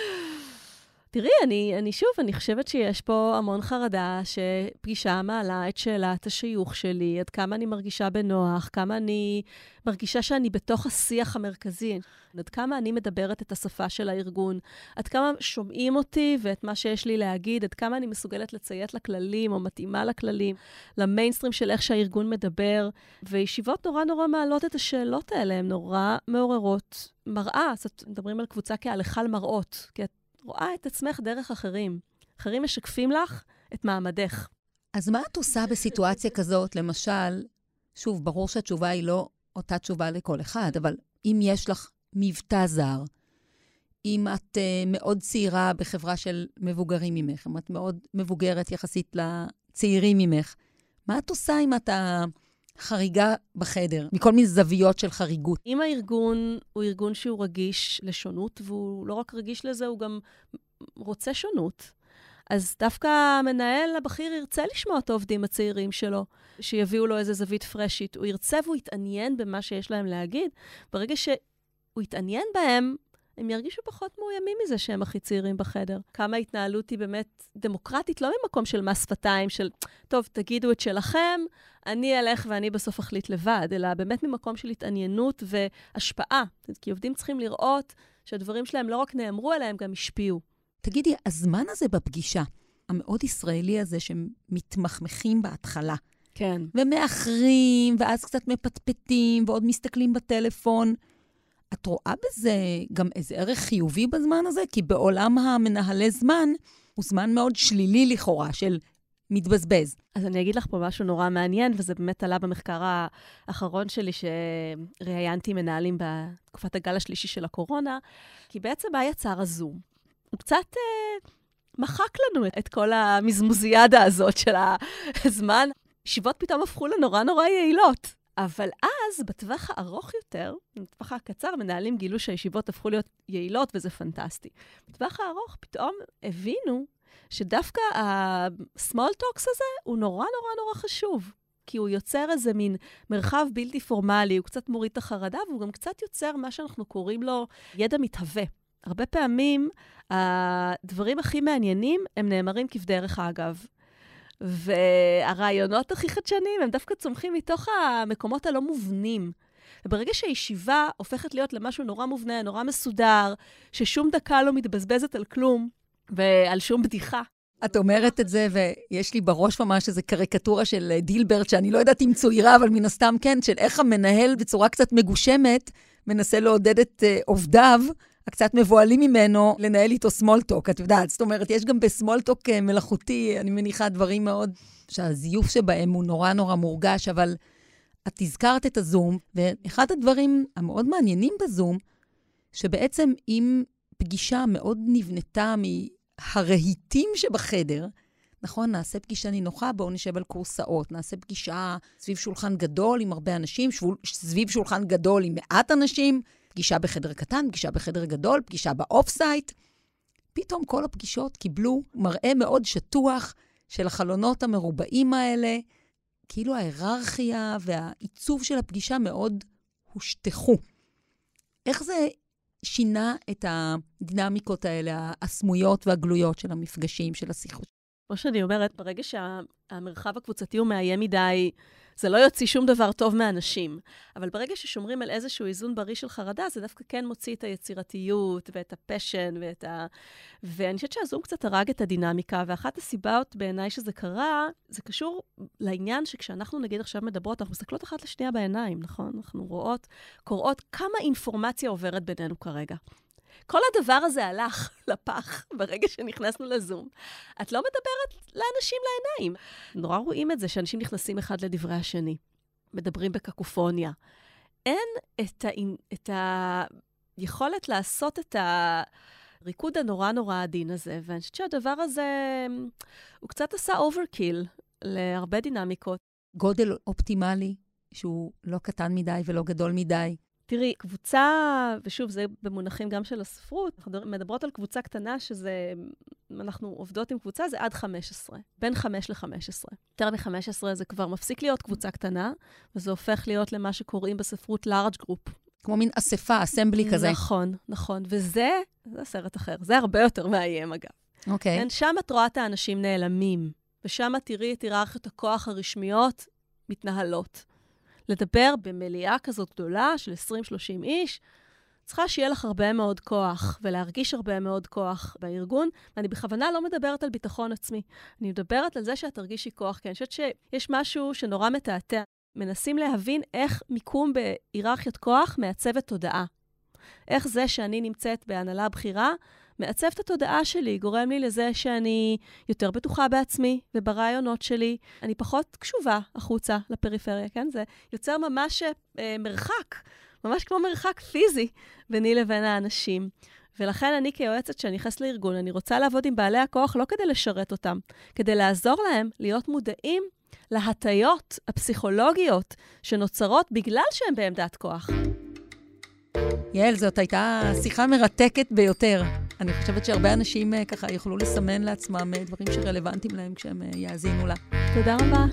תראי, אני, אני שוב, אני חושבת שיש פה המון חרדה שפגישה מעלה את שאלת השיוך שלי, עד כמה אני מרגישה בנוח, כמה אני מרגישה שאני בתוך השיח המרכזי, עד כמה אני מדברת את השפה של הארגון, עד כמה שומעים אותי ואת מה שיש לי להגיד, עד כמה אני מסוגלת לציית לכללים או מתאימה לכללים, למיינסטרים של איך שהארגון מדבר, וישיבות נורא נורא מעלות את השאלות האלה, הן נורא מעוררות מראה, זאת מדברים על קבוצה כהלכה מראות, כי את רואה את עצמך דרך אחרים. אחרים משקפים לך את מעמדך. אז מה את עושה בסיטואציה כזאת? למשל, שוב, ברור שהתשובה היא לא אותה תשובה לכל אחד, אבל אם יש לך מבטא זר, אם את uh, מאוד צעירה בחברה של מבוגרים ממך, אם את מאוד מבוגרת יחסית לצעירים ממך, מה את עושה אם אתה חריגה בחדר, מכל מיני זוויות של חריגות? אם הארגון הוא ארגון שהוא רגיש לשונות, והוא לא רק רגיש לזה, הוא גם רוצה שונות, אז דווקא המנהל הבכיר ירצה לשמוע את העובדים הצעירים שלו, שיביאו לו איזה זווית פרשית. הוא ירצה והוא יתעניין במה שיש להם להגיד. ברגע שהוא יתעניין בהם, הם ירגישו פחות מאוימים מזה שהם הכי צעירים בחדר. כמה ההתנהלות היא באמת דמוקרטית, לא ממקום של מס שפתיים, של, טוב, תגידו את שלכם, אני אלך ואני בסוף אחליט לבד, אלא באמת ממקום של התעניינות והשפעה. כי עובדים צריכים לראות שהדברים שלהם לא רק נאמרו, אלא הם גם השפיעו. תגידי, הזמן הזה בפגישה, המאוד ישראלי הזה שמתמחמחים בהתחלה, כן. ומאחרים, ואז קצת מפטפטים, ועוד מסתכלים בטלפון, את רואה בזה גם איזה ערך חיובי בזמן הזה? כי בעולם המנהלי זמן, הוא זמן מאוד שלילי לכאורה, של מתבזבז. אז אני אגיד לך פה משהו נורא מעניין, וזה באמת עלה במחקר האחרון שלי, שראיינתי מנהלים בתקופת הגל השלישי של הקורונה, כי בעצם מה יצר הזום? הוא קצת אה, מחק לנו את כל המזמוזיאדה הזאת של הזמן. ישיבות פתאום הפכו לנורא נורא יעילות. אבל אז, בטווח הארוך יותר, בטווח הקצר, מנהלים גילו שהישיבות הפכו להיות יעילות, וזה פנטסטי. בטווח הארוך פתאום הבינו שדווקא ה-small talks הזה הוא נורא נורא נורא חשוב. כי הוא יוצר איזה מין מרחב בלתי פורמלי, הוא קצת מוריד את החרדה, והוא גם קצת יוצר מה שאנחנו קוראים לו ידע מתהווה. הרבה פעמים, הדברים הכי מעניינים הם נאמרים כבדרך אגב. והרעיונות הכי חדשניים הם דווקא צומחים מתוך המקומות הלא מובנים. וברגע שהישיבה הופכת להיות למשהו נורא מובנה, נורא מסודר, ששום דקה לא מתבזבזת על כלום ועל שום בדיחה. את אומרת את זה, ויש לי בראש ממש איזו קריקטורה של דילברט, שאני לא יודעת אם צוירה, אבל מן הסתם כן, של איך המנהל בצורה קצת מגושמת, מנסה לעודד את עובדיו, הקצת מבועלים ממנו, לנהל איתו סמולטוק, את יודעת. זאת אומרת, יש גם בסמולטוק מלאכותי, אני מניחה דברים מאוד, שהזיוף שבהם הוא נורא נורא מורגש, אבל את הזכרת את הזום, ואחד הדברים המאוד מעניינים בזום, שבעצם אם פגישה מאוד נבנתה מהרהיטים שבחדר, נכון, נעשה פגישה נינוחה, בואו נשב על קורסאות, נעשה פגישה סביב שולחן גדול עם הרבה אנשים, שול, סביב שולחן גדול עם מעט אנשים, פגישה בחדר קטן, פגישה בחדר גדול, פגישה באוף-סייט. פתאום כל הפגישות קיבלו מראה מאוד שטוח של החלונות המרובעים האלה, כאילו ההיררכיה והעיצוב של הפגישה מאוד הושטחו. איך זה שינה את הדינמיקות האלה, הסמויות והגלויות של המפגשים, של השיחות? כמו שאני אומרת, ברגע שהמרחב הקבוצתי הוא מאיים מדי, זה לא יוציא שום דבר טוב מאנשים. אבל ברגע ששומרים על איזשהו איזון בריא של חרדה, זה דווקא כן מוציא את היצירתיות ואת הפשן ואת ה... ואני חושבת שהזום קצת הרג את הדינמיקה, ואחת הסיבות בעיניי שזה קרה, זה קשור לעניין שכשאנחנו נגיד עכשיו מדברות, אנחנו מסתכלות אחת לשנייה בעיניים, נכון? אנחנו רואות, קוראות כמה אינפורמציה עוברת בינינו כרגע. כל הדבר הזה הלך לפח ברגע שנכנסנו לזום. את לא מדברת לאנשים לעיניים. נורא רואים את זה שאנשים נכנסים אחד לדברי השני, מדברים בקקופוניה. אין את, ה... את היכולת לעשות את הריקוד הנורא נורא עדין הזה, ואני חושבת שהדבר הזה, הוא קצת עשה אוברקיל להרבה דינמיקות. גודל אופטימלי, שהוא לא קטן מדי ולא גדול מדי. תראי, קבוצה, ושוב, זה במונחים גם של הספרות, אנחנו מדברות על קבוצה קטנה שזה, אנחנו עובדות עם קבוצה, זה עד חמש עשרה, בין חמש ל-חמש עשרה. יותר מ-חמש עשרה זה כבר מפסיק להיות קבוצה קטנה, וזה הופך להיות למה שקוראים בספרות large group. כמו מין אספה, אסמבלי כזה. נכון, נכון. וזה, זה סרט אחר, זה הרבה יותר מאיים אגב. אוקיי. כן, שם את רואה את האנשים נעלמים, ושם תראי את היררכיות הכוח הרשמיות מתנהלות. לדבר במליאה כזאת גדולה של עשרים שלושים איש, צריכה שיהיה לך הרבה מאוד כוח, ולהרגיש הרבה מאוד כוח בארגון. ואני בכוונה לא מדברת על ביטחון עצמי. אני מדברת על זה שאת תרגישי כוח, כי אני חושבת שיש משהו שנורא מתעתע. מנסים להבין איך מיקום בהיררכיות כוח מעצבת תודעה. איך זה שאני נמצאת בהנהלה בחירה, מעצב את התודעה שלי, גורם לי לזה שאני יותר בטוחה בעצמי וברעיונות שלי. אני פחות קשובה החוצה לפריפריה, כן? זה יוצר ממש אה, מרחק, ממש כמו מרחק פיזי ביני לבין האנשים. ולכן אני כיועצת שאני נכנסת לארגון, אני רוצה לעבוד עם בעלי הכוח לא כדי לשרת אותם, כדי לעזור להם להיות מודעים להטיות הפסיכולוגיות שנוצרות בגלל שהם בעמדת כוח. יעל, זאת הייתה שיחה מרתקת ביותר. אני חושבת שהרבה אנשים ככה יוכלו לסמן לעצמם דברים שרלוונטיים להם כשהם יאזינו לה. תודה רבה.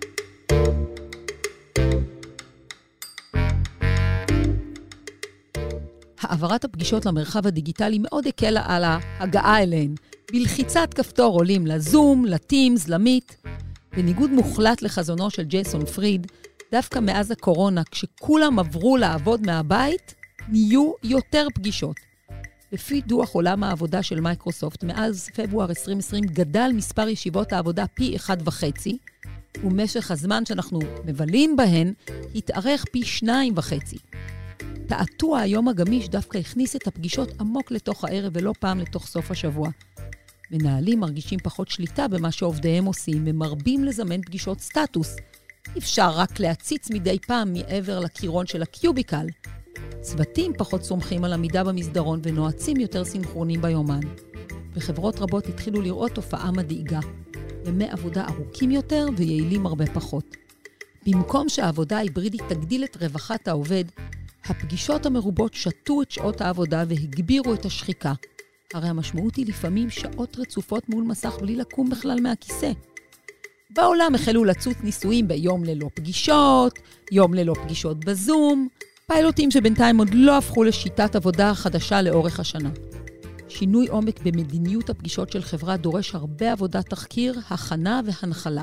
העברת הפגישות למרחב הדיגיטלי מאוד הקלה על ההגעה אליהן. בלחיצת כפתור עולים לזום, לטימס, למיט. בניגוד מוחלט לחזונו של ג'ייסון פריד, דווקא מאז הקורונה, כשכולם עברו לעבוד מהבית, נהיו יותר פגישות. לפי דוח עולם העבודה של מייקרוסופט, מאז פברואר עשרים עשרים גדל מספר ישיבות העבודה פי אחד וחצי, ומשך הזמן שאנחנו מבלים בהן התארך פי שניים וחצי. תעתוע היום הגמיש דווקא הכניס את הפגישות עמוק לתוך הערב ולא פעם לתוך סוף השבוע. מנהלים מרגישים פחות שליטה במה שעובדיהם עושים, ומרבים לזמן פגישות סטטוס. אפשר רק להציץ מדי פעם מעבר לקירון של הקיוביקל. צוותים פחות סומכים על עמידה במסדרון ונועצים יותר סינכרונים ביומן. בחברות רבות התחילו לראות תופעה מדאיגה. ימי עבודה ארוכים יותר ויעילים הרבה פחות. במקום שהעבודה ההיברידית תגדיל את רווחת העובד, הפגישות המרובות שתו את שעות העבודה והגבירו את השחיקה. הרי המשמעות היא לפעמים שעות רצופות מול מסך בלי לקום בכלל מהכיסא. בעולם החלו לצוץ ניסויים ביום ללא פגישות, יום ללא פגישות בזום, פיילוטים שבינתיים עוד לא הפכו לשיטת עבודה חדשה לאורך השנה. שינוי עומק במדיניות הפגישות של חברה דורש הרבה עבודת תחקיר, הכנה והנחלה.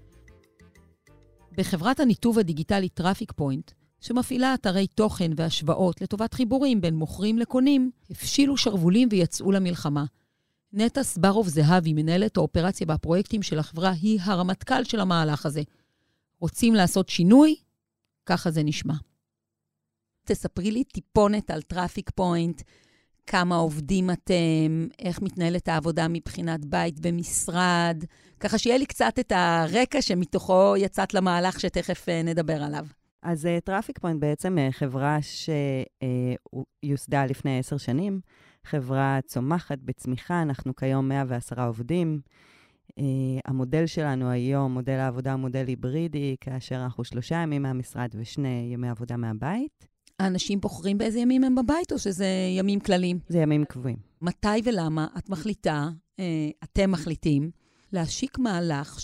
בחברת הניתוב הדיגיטלי טראפיק פוינט, שמפעילה אתרי תוכן והשוואות לטובת חיבורים בין מוכרים לקונים, הפשילו שרבולים ויצאו למלחמה. נטע סברוב זהבי, מנהלת האופרציה והפרויקטים של החברה, היא הרמטכ"ל של המהלך הזה. רוצים לעשות שינוי? ככה זה נשמע. תספרי לי טיפונת על טראפיק פוינט, כמה עובדים אתם, איך מתנהלת העבודה מבחינת בית במשרד, ככה שיהיה לי קצת את הרקע שמתוכו יצאת למהלך שתכף נדבר עליו. אז טראפיק פוינט בעצם חברה שיוסדה לפני עשר שנים, חברה צומחת בצמיחה, אנחנו כיום מאה ועשרה עובדים, המודל שלנו היום, מודל העבודה הוא מודל היברידי, כאשר אנחנו שלושה ימים מהמשרד ושני ימי עבודה מהבית. האנשים בוחרים באיזה ימים הם בבית, או שזה ימים כלליים? זה ימים קבועים. מתי ולמה את מחליטה, אתם מחליטים, להשיק מהלך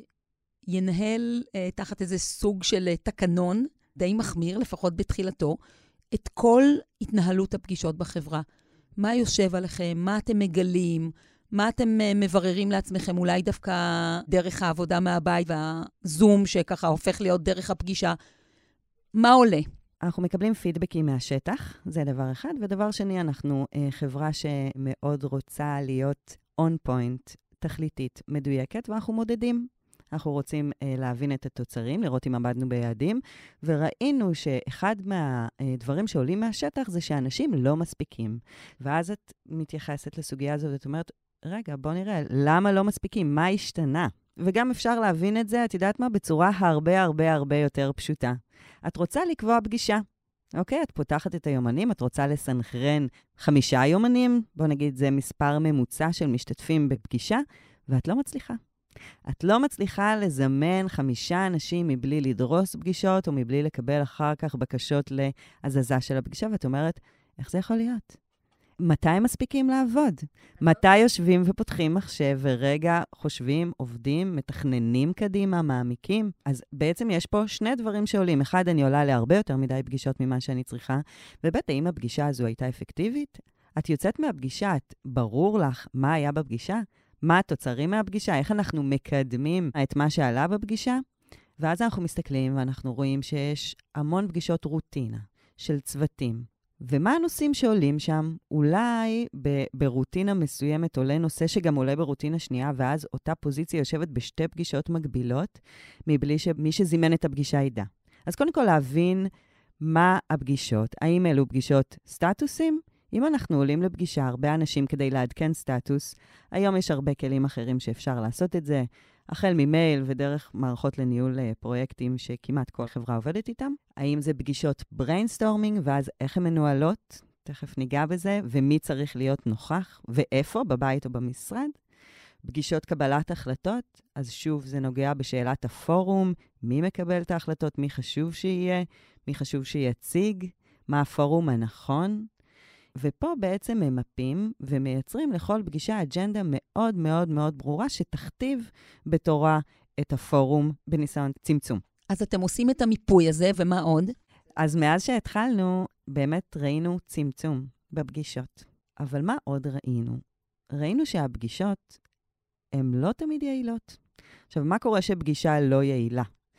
שינהל תחת איזה סוג של תקנון, די מחמיר, לפחות בתחילתו, את כל התנהלות הפגישות בחברה? מה יושב עליכם? מה אתם מגלים? מה אתם מבררים לעצמכם? אולי דווקא דרך העבודה מהבית והזום שככה הופך להיות דרך הפגישה. מה עולה? אנחנו מקבלים פידבקים מהשטח, זה דבר אחד. ודבר שני, אנחנו אה, חברה שמאוד רוצה להיות on point, תכליתית, מדויקת, ואנחנו מודדים. אנחנו רוצים אה, להבין את התוצרים, לראות אם עמדנו ביעדים, וראינו שאחד מהדברים שעולים מהשטח זה שאנשים לא מספיקים. ואז את מתייחסת לסוגיה הזאת, ואת אומרת, רגע, בוא נראה, למה לא מספיקים? מה השתנה? וגם אפשר להבין את זה, את יודעת מה? בצורה הרבה הרבה הרבה יותר פשוטה. את רוצה לקבוע פגישה, אוקיי? את פותחת את היומנים, את רוצה לסנכרן חמישה יומנים, בוא נגיד, זה מספר ממוצע של משתתפים בפגישה, ואת לא מצליחה. את לא מצליחה לזמן חמישה אנשים מבלי לדרוס פגישות, או מבלי לקבל אחר כך בקשות להזזה של הפגישה, ואת אומרת, איך זה יכול להיות? מתי הם מספיקים לעבוד? מתי יושבים ופותחים מחשב ורגע חושבים, עובדים, מתכננים קדימה, מעמיקים? אז בעצם יש פה שני דברים שעולים. אחד, אני עולה להרבה יותר מדי פגישות ממה שאני צריכה, ובית, האם הפגישה הזו הייתה אפקטיבית? את יוצאת מהפגישה, את ברור לך מה היה בפגישה? מה התוצרים מהפגישה? איך אנחנו מקדמים את מה שעלה בפגישה? ואז אנחנו מסתכלים ואנחנו רואים שיש המון פגישות רוטינה של צוותים. ומה הנושאים שעולים שם? אולי ב- ברוטינה מסוימת עולה נושא שגם עולה ברוטינה שנייה, ואז אותה פוזיציה יושבת בשתי פגישות מקבילות, מבלי שמי שזימן את הפגישה ידע. אז קודם כל להבין מה הפגישות. האם אלו פגישות סטטוסים? אם אנחנו עולים לפגישה הרבה אנשים כדי לעדכן סטטוס, היום יש הרבה כלים אחרים שאפשר לעשות את זה, החל ממייל ודרך מערכות לניהול פרויקטים שכמעט כל חברה עובדת איתם. האם זה פגישות בריינסטורמינג, ואז איך הן מנוהלות? תכף ניגע בזה, ומי צריך להיות נוכח, ואיפה, בבית או במשרד. פגישות קבלת החלטות, אז שוב זה נוגע בשאלת הפורום, מי מקבל את ההחלטות, מי חשוב שיהיה, מי חשוב שיציג, מה הפורום הנכון. ופה בעצם ממפים ומייצרים לכל פגישה אג'נדה מאוד מאוד מאוד ברורה שתכתיב בתורה את הפורום בניסיון צמצום. אז אתם עושים את המיפוי הזה, ומה עוד? אז מאז שהתחלנו, באמת ראינו צמצום בפגישות. אבל מה עוד ראינו? ראינו שהפגישות הן לא תמיד יעילות. עכשיו, מה קורה שפגישה לא יעילה?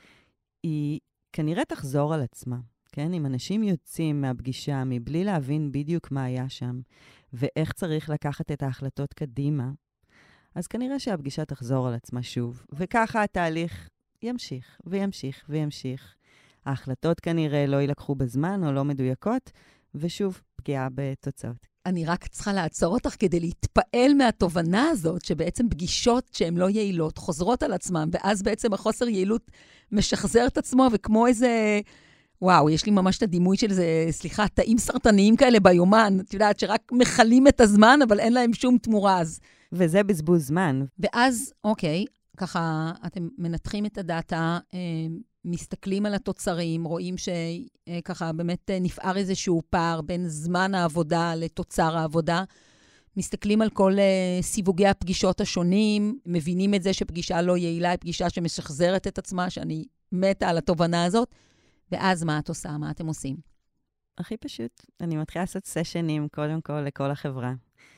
היא כנראה תחזור על עצמה. כן? אם אנשים יוצאים מהפגישה מבלי להבין בדיוק מה היה שם, ואיך צריך לקחת את ההחלטות קדימה, אז כנראה שהפגישה תחזור על עצמה שוב. וככה התהליך ימשיך וימשיך וימשיך. ההחלטות כנראה לא ילקחו בזמן או לא מדויקות, ושוב פגיעה בתוצאות. אני רק צריכה לעצור אותך כדי להתפעל מהתובנה הזאת, שבעצם פגישות שהן לא יעילות חוזרות על עצמן, ואז בעצם החוסר יעילות משחזר את עצמו, וכמו איזה... וואו, יש לי ממש את הדימוי של זה, סליחה, תאים סרטניים כאלה ביומן, את יודעת, שרק מחלים את הזמן, אבל אין להם שום תמורה אז. וזה בזבוז זמן. ואז, אוקיי, ככה, אתם מנתחים את הדאטה, מסתכלים על התוצרים, רואים שככה באמת נפער איזשהו פער בין זמן העבודה לתוצר העבודה, מסתכלים על כל סיווגי הפגישות השונים, מבינים את זה שפגישה לא יעילה, היא פגישה שמשחזרת את עצמה, שאני מתה על התובנה הזאת, ואז מה את עושה? מה אתם עושים? הכי פשוט. אני מתחילה לעשות סשנים, קודם כל, לכל החברה.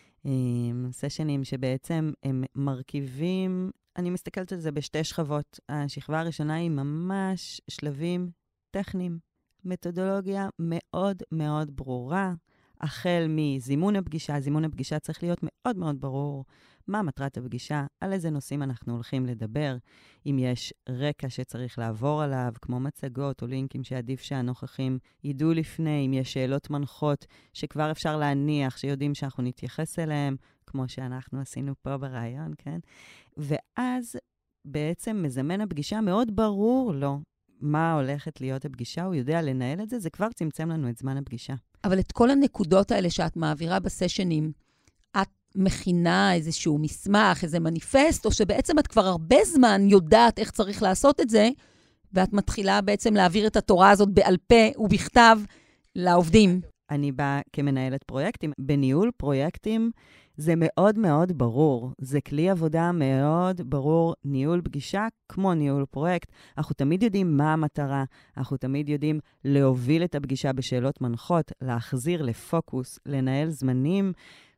סשנים שבעצם הם מרכיבים, אני מסתכלת על זה בשתי שכבות. השכבה הראשונה היא ממש שלבים טכניים. מתודולוגיה מאוד מאוד ברורה. החל מזימון הפגישה, זימון הפגישה צריך להיות מאוד מאוד ברור. מה מטרת הפגישה, על איזה נושאים אנחנו הולכים לדבר, אם יש רקע שצריך לעבור עליו, כמו מצגות או לינקים שעדיף שהנוכחים ידעו לפני, אם יש שאלות מנחות שכבר אפשר להניח, שיודעים שאנחנו נתייחס אליהם, כמו שאנחנו עשינו פה ברעיון, כן? ואז בעצם מזמן הפגישה מאוד ברור לו מה הולכת להיות הפגישה, הוא יודע לנהל את זה, זה כבר צמצם לנו את זמן הפגישה. אבל את כל הנקודות האלה שאת מעבירה בסשנים, את מכינה איזשהו מסמך, איזה מניפסט, או שבעצם את כבר הרבה זמן יודעת איך צריך לעשות את זה, ואת מתחילה בעצם להעביר את התורה הזאת בעל פה ובכתב לעובדים. אני באה כמנהלת פרויקטים. בניהול פרויקטים זה מאוד מאוד ברור. זה כלי עבודה מאוד ברור. ניהול פגישה כמו ניהול פרויקט. אנחנו תמיד יודעים מה המטרה, אנחנו תמיד יודעים להוביל את הפגישה בשאלות מנחות, להחזיר לפוקוס, לנהל זמנים,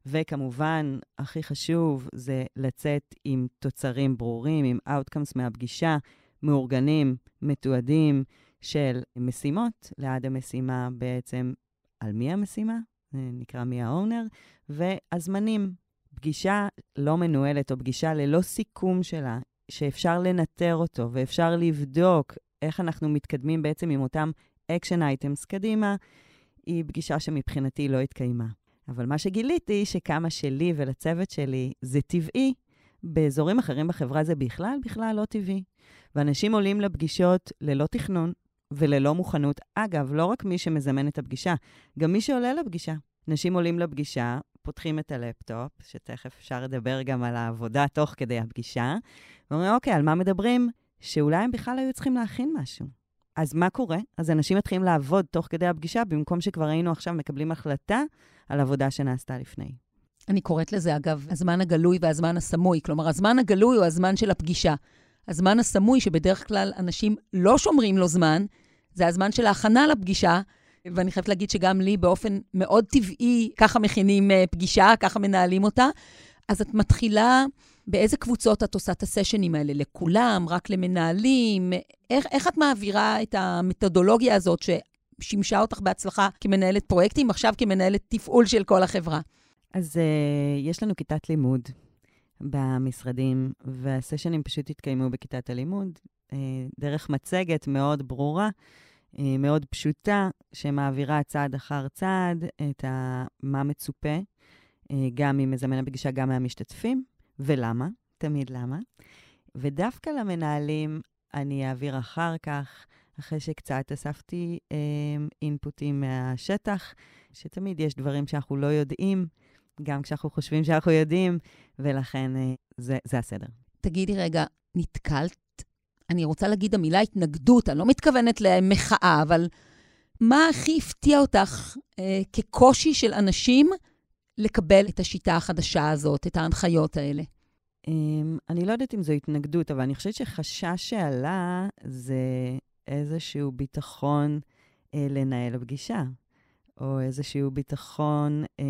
וכמובן, הכי חשוב זה לצאת עם תוצרים ברורים, עם outcomes מהפגישה, מאורגנים, מתועדים של משימות, ליד המשימה בעצם על מי המשימה, נקרא מי האונר, והזמנים. פגישה לא מנוהלת או פגישה ללא סיכום שלה, שאפשר לנטר אותו ואפשר לבדוק איך אנחנו מתקדמים בעצם עם אותם action items קדימה, היא פגישה שמבחינתי לא התקיימה. אבל מה שגיליתי שכמה שלי ולצוות שלי זה טבעי, באזורים אחרים בחברה זה בכלל, בכלל לא טבעי. ואנשים עולים לפגישות ללא תכנון וללא מוכנות. אגב, לא רק מי שמזמן את הפגישה, גם מי שעולה לפגישה. אנשים עולים לפגישה, פותחים את הלפטופ, שתכף אפשר לדבר גם על העבודה תוך כדי הפגישה, ואומרים, אוקיי, על מה מדברים? שאולי הם בכלל היו צריכים להכין משהו. אז מה קורה? אז אנשים מתחילים לעבוד תוך כדי הפגישה, במקום שכבר היינו עכשיו מקבלים החלטה על עבודה שנעשתה לפני. אני קוראת לזה, אגב, הזמן הגלוי והזמן הסמוי. כלומר, הזמן הגלוי הוא הזמן של הפגישה. הזמן הסמוי, שבדרך כלל אנשים לא שומרים לו זמן, זה הזמן של ההכנה לפגישה, ואני חייבת להגיד שגם לי באופן מאוד טבעי, ככה מכינים פגישה, ככה מנהלים אותה. אז את מתחילה, באיזה קבוצות את עושה את הסשנים האלה? לכולם, רק למנהלים? איך, איך את מעבירה את המתודולוגיה הזאת ששימשה אותך בהצלחה כמנהלת פרויקטים, עכשיו כמנהלת תפעול של כל החברה? אז uh, יש לנו כיתת לימוד במשרדים, והסשנים פשוט התקיימו בכיתת הלימוד, uh, דרך מצגת מאוד ברורה, uh, מאוד פשוטה, שמעבירה צעד אחר צעד את ה- מה מצופה, uh, גם ממזמן הפגישה, גם מהמשתתפים, ולמה, תמיד למה. ודווקא למנהלים אני אעביר אחר כך, אחרי שקצת אספתי uh, אינפוטים מהשטח, שתמיד יש דברים שאנחנו לא יודעים, גם כשאנחנו חושבים שאנחנו יודעים, ולכן זה, זה הסדר. תגידי רגע, נתקלת? אני רוצה להגיד המילה התנגדות, אני לא מתכוונת למחאה, אבל מה הכי הפתיע אותך אה, כקושי של אנשים לקבל את השיטה החדשה הזאת, את ההנחיות האלה? אה, אני לא יודעת אם זו התנגדות, אבל אני חושבת שחשש שעלה זה איזשהו ביטחון אה, לנהל הפגישה, או איזשהו ביטחון אה,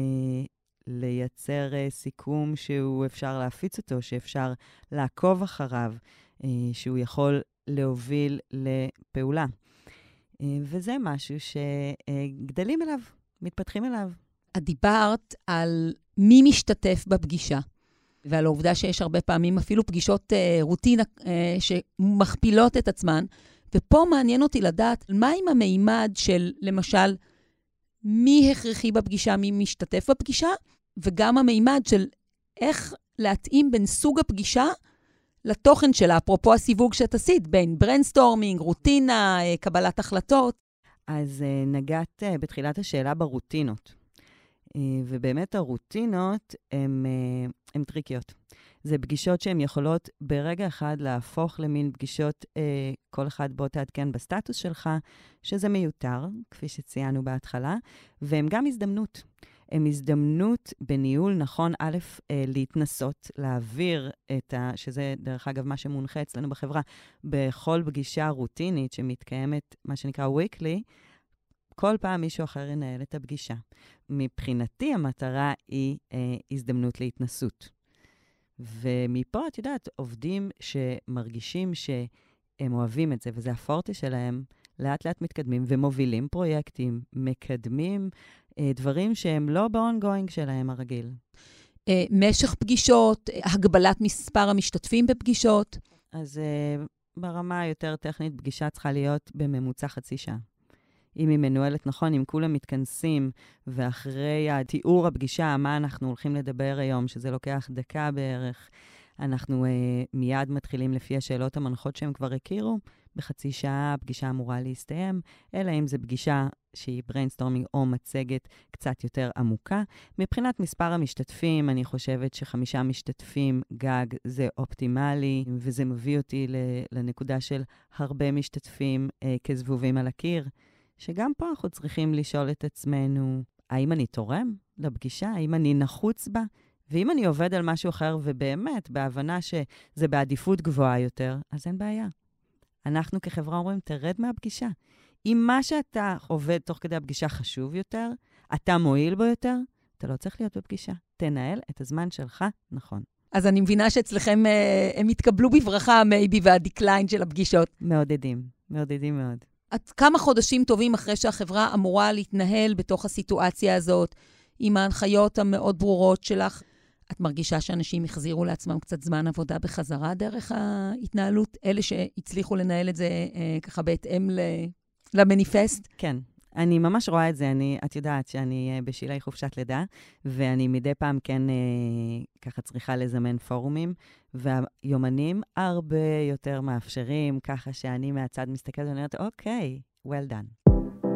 לייצר uh, סיכום שהוא אפשר להפיץ אותו, שאפשר לעקוב אחריו, uh, שהוא יכול להוביל לפעולה. Uh, וזה משהו שגדלים uh, אליו, מתפתחים אליו. את דיברת על מי משתתף בפגישה, ועל העובדה שיש הרבה פעמים אפילו פגישות uh, רוטינה uh, שמכפילות את עצמן, ופה מעניין אותי לדעת מה עם המימד של, למשל, מי הכרחי בפגישה, מי משתתף בפגישה, וגם המימד של איך להתאים בין סוג הפגישה לתוכן שלה, אפרופו הסיווג שאת עשית, בין בריינסטורמינג, רוטינה, קבלת החלטות. אז נגעת בתחילת השאלה ברוטינות. ובאמת הרוטינות הן טריקיות. זה פגישות שהן יכולות ברגע אחד להפוך למין פגישות, כל אחד בוא תעדכן בסטטוס שלך, שזה מיותר, כפי שציינו בהתחלה, והן גם הזדמנות. הן הזדמנות בניהול נכון, א', להתנסות, להעביר את ה... שזה דרך אגב מה שמונחה אצלנו בחברה, בכל פגישה רוטינית שמתקיימת, מה שנקרא weekly, כל פעם מישהו אחר ינהל את הפגישה. מבחינתי המטרה היא אה, הזדמנות להתנסות. ומפה, את יודעת, עובדים שמרגישים שהם אוהבים את זה, וזה הפורטה שלהם, לאט לאט מתקדמים ומובילים פרויקטים, מקדמים אה, דברים שהם לא ב-ongoing שלהם הרגיל. אה, משך פגישות, הגבלת מספר המשתתפים בפגישות. אז אה, ברמה היותר טכנית, פגישה צריכה להיות בממוצע חצי שעה. אם היא מנוהלת נכון, אם כולם מתכנסים, ואחרי התיאור הפגישה, מה אנחנו הולכים לדבר היום, שזה לוקח דקה בערך, אנחנו אה, מיד מתחילים לפי השאלות המנחות שהם כבר הכירו, בחצי שעה הפגישה אמורה להסתיים, אלא אם זו פגישה שהיא בריינסטורמינג או מצגת קצת יותר עמוקה. מבחינת מספר המשתתפים, אני חושבת שחמישה משתתפים גג זה אופטימלי, וזה מביא אותי לנקודה של הרבה משתתפים אה, כזבובים על הקיר, שגם פה אנחנו צריכים לשאול את עצמנו, האם אני תורם לפגישה? האם אני נחוץ בה? ואם אני עובד על משהו אחר ובאמת בהבנה שזה בעדיפות גבוהה יותר, אז אין בעיה. אנחנו כחברה אומרים, תרד מהפגישה. אם מה שאתה עובד תוך כדי הפגישה חשוב יותר, אתה מועיל בו יותר, אתה לא צריך להיות בפגישה. תנהל את הזמן שלך נכון. אז אני מבינה שאצלכם הם התקבלו בברכה, המייבי והדקליין של הפגישות. מעודדים, מעודדים מאוד. את כמה חודשים טובים אחרי שהחברה אמורה להתנהל בתוך הסיטואציה הזאת, עם ההנחיות המאוד ברורות שלך, את מרגישה שאנשים יחזירו לעצמם קצת זמן עבודה בחזרה דרך ההתנהלות? אלה שהצליחו לנהל את זה אה, ככה בהתאם ל... למניפסט? כן. אני ממש רואה את זה. אני, את יודעת שאני בשלהי חופשת לידה, ואני מדי פעם כן אה, ככה צריכה לזמן פורומים, והיומנים הרבה יותר מאפשרים, ככה שאני מהצד מסתכלת ואני אומרת, אוקיי, well done.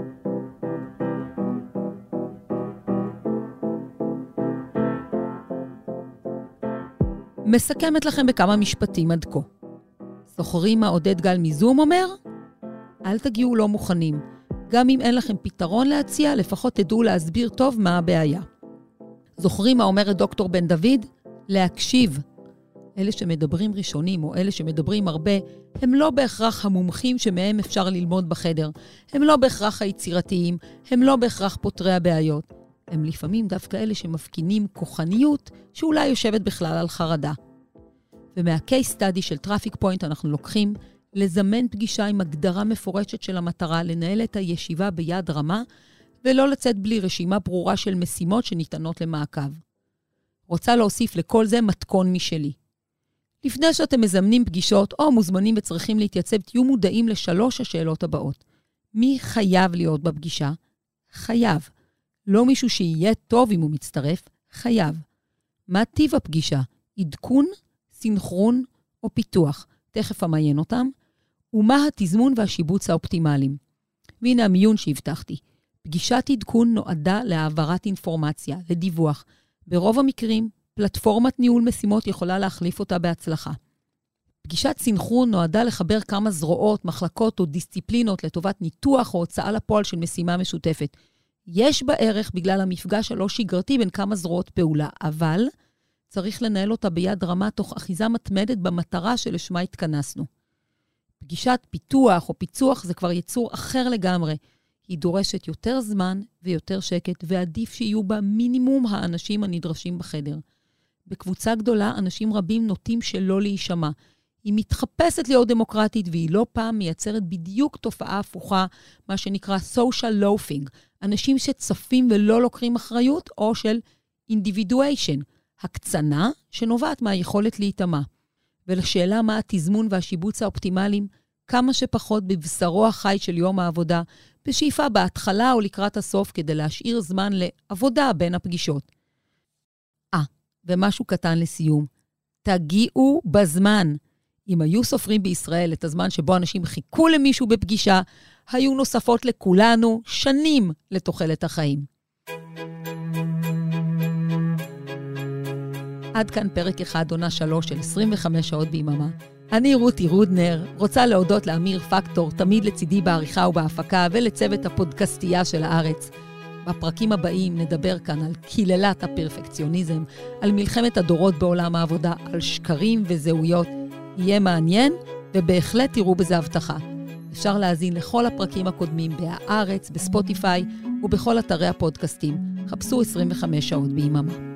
מסכמת לכם בכמה משפטים עד כה. זוכרים מה עודד גל מזום אומר? אל תגיעו לא מוכנים. גם אם אין לכם פתרון להציע, לפחות תדעו להסביר טוב מה הבעיה. זוכרים מה אומרת דוקטור בן דוד? להקשיב. אלה שמדברים ראשונים או אלה שמדברים הרבה, הם לא בהכרח המומחים שמהם אפשר ללמוד בחדר. הם לא בהכרח היצירתיים, הם לא בהכרח פותרי הבעיות. הם לפעמים דווקא אלה שמפקינים כוחניות שאולי יושבת בכלל על חרדה. ומהקייס סטאדי של טראפיק פוינט אנחנו לוקחים לזמן פגישה עם הגדרה מפורשת של המטרה, לנהל את הישיבה ביד רמה, ולא לצאת בלי רשימה ברורה של משימות שניתנות למעקב. רוצה להוסיף לכל זה מתכון משלי. לפני שאתם מזמנים פגישות או מוזמנים וצריכים להתייצב, תהיו מודעים לשלוש השאלות הבאות. מי חייב להיות בפגישה? חייב. לא מישהו שיהיה טוב אם הוא מצטרף, חייב. מה טיב הפגישה? עדכון, סינכרון או פיתוח? תכף אמיין אותם. ומה התזמון והשיבוץ האופטימליים? והנה המיון שהבטחתי. פגישת עדכון נועדה להעברת אינפורמציה, לדיווח. ברוב המקרים, פלטפורמת ניהול משימות יכולה להחליף אותה בהצלחה. פגישת סינכרון נועדה לחבר כמה זרועות, מחלקות או דיסציפלינות לטובת ניתוח או הוצאה לפועל של משימה משותפת. יש בה ערך בגלל המפגש הלא שגרתי בין כמה זרועות פעולה, אבל צריך לנהל אותה ביד רמה תוך אחיזה מתמדת במטרה שלשמה התכנסנו. פגישת פיתוח או פיצוח זה כבר יצור אחר לגמרי. היא דורשת יותר זמן ויותר שקט, ועדיף שיהיו בה מינימום האנשים הנדרשים בחדר. בקבוצה גדולה, אנשים רבים נוטים שלא להישמע. היא מתחפשת להיות דמוקרטית, והיא לא פעם מייצרת בדיוק תופעה הפוכה, מה שנקרא social loafing. אנשים שצפים ולא לוקחים אחריות, או של individuation, הקצנה שנובעת מהיכולת להיטמע. ולשאלה מה התזמון והשיבוץ האופטימליים, כמה שפחות בבשרו החי של יום העבודה, בשאיפה בהתחלה או לקראת הסוף, כדי להשאיר זמן לעבודה בין הפגישות. אה, ומשהו קטן לסיום. תגיעו בזמן. אם היו סופרים בישראל את הזמן שבו אנשים חיכו למישהו בפגישה, היו נוספות לכולנו שנים לתוחלת החיים. עד כאן פרק אחד, עונה שלוש של עשרים וחמש שעות ביממה. אני רותי רודנר, רוצה להודות לאמיר פקטור, תמיד לצידי בעריכה ובהפקה, ולצוות הפודקאסטייה של הארץ. בפרקים הבאים נדבר כאן על קיללת הפרפקציוניזם, על מלחמת הדורות בעולם העבודה, על שקרים וזהויות. יהיה מעניין, ובהחלט תראו בזה הבטחה. אפשר להזין לכל הפרקים הקודמים בהארץ, בספוטיפיי ובכל אתרי הפודקאסטים. חפשו עשרים וחמש שעות ביממה.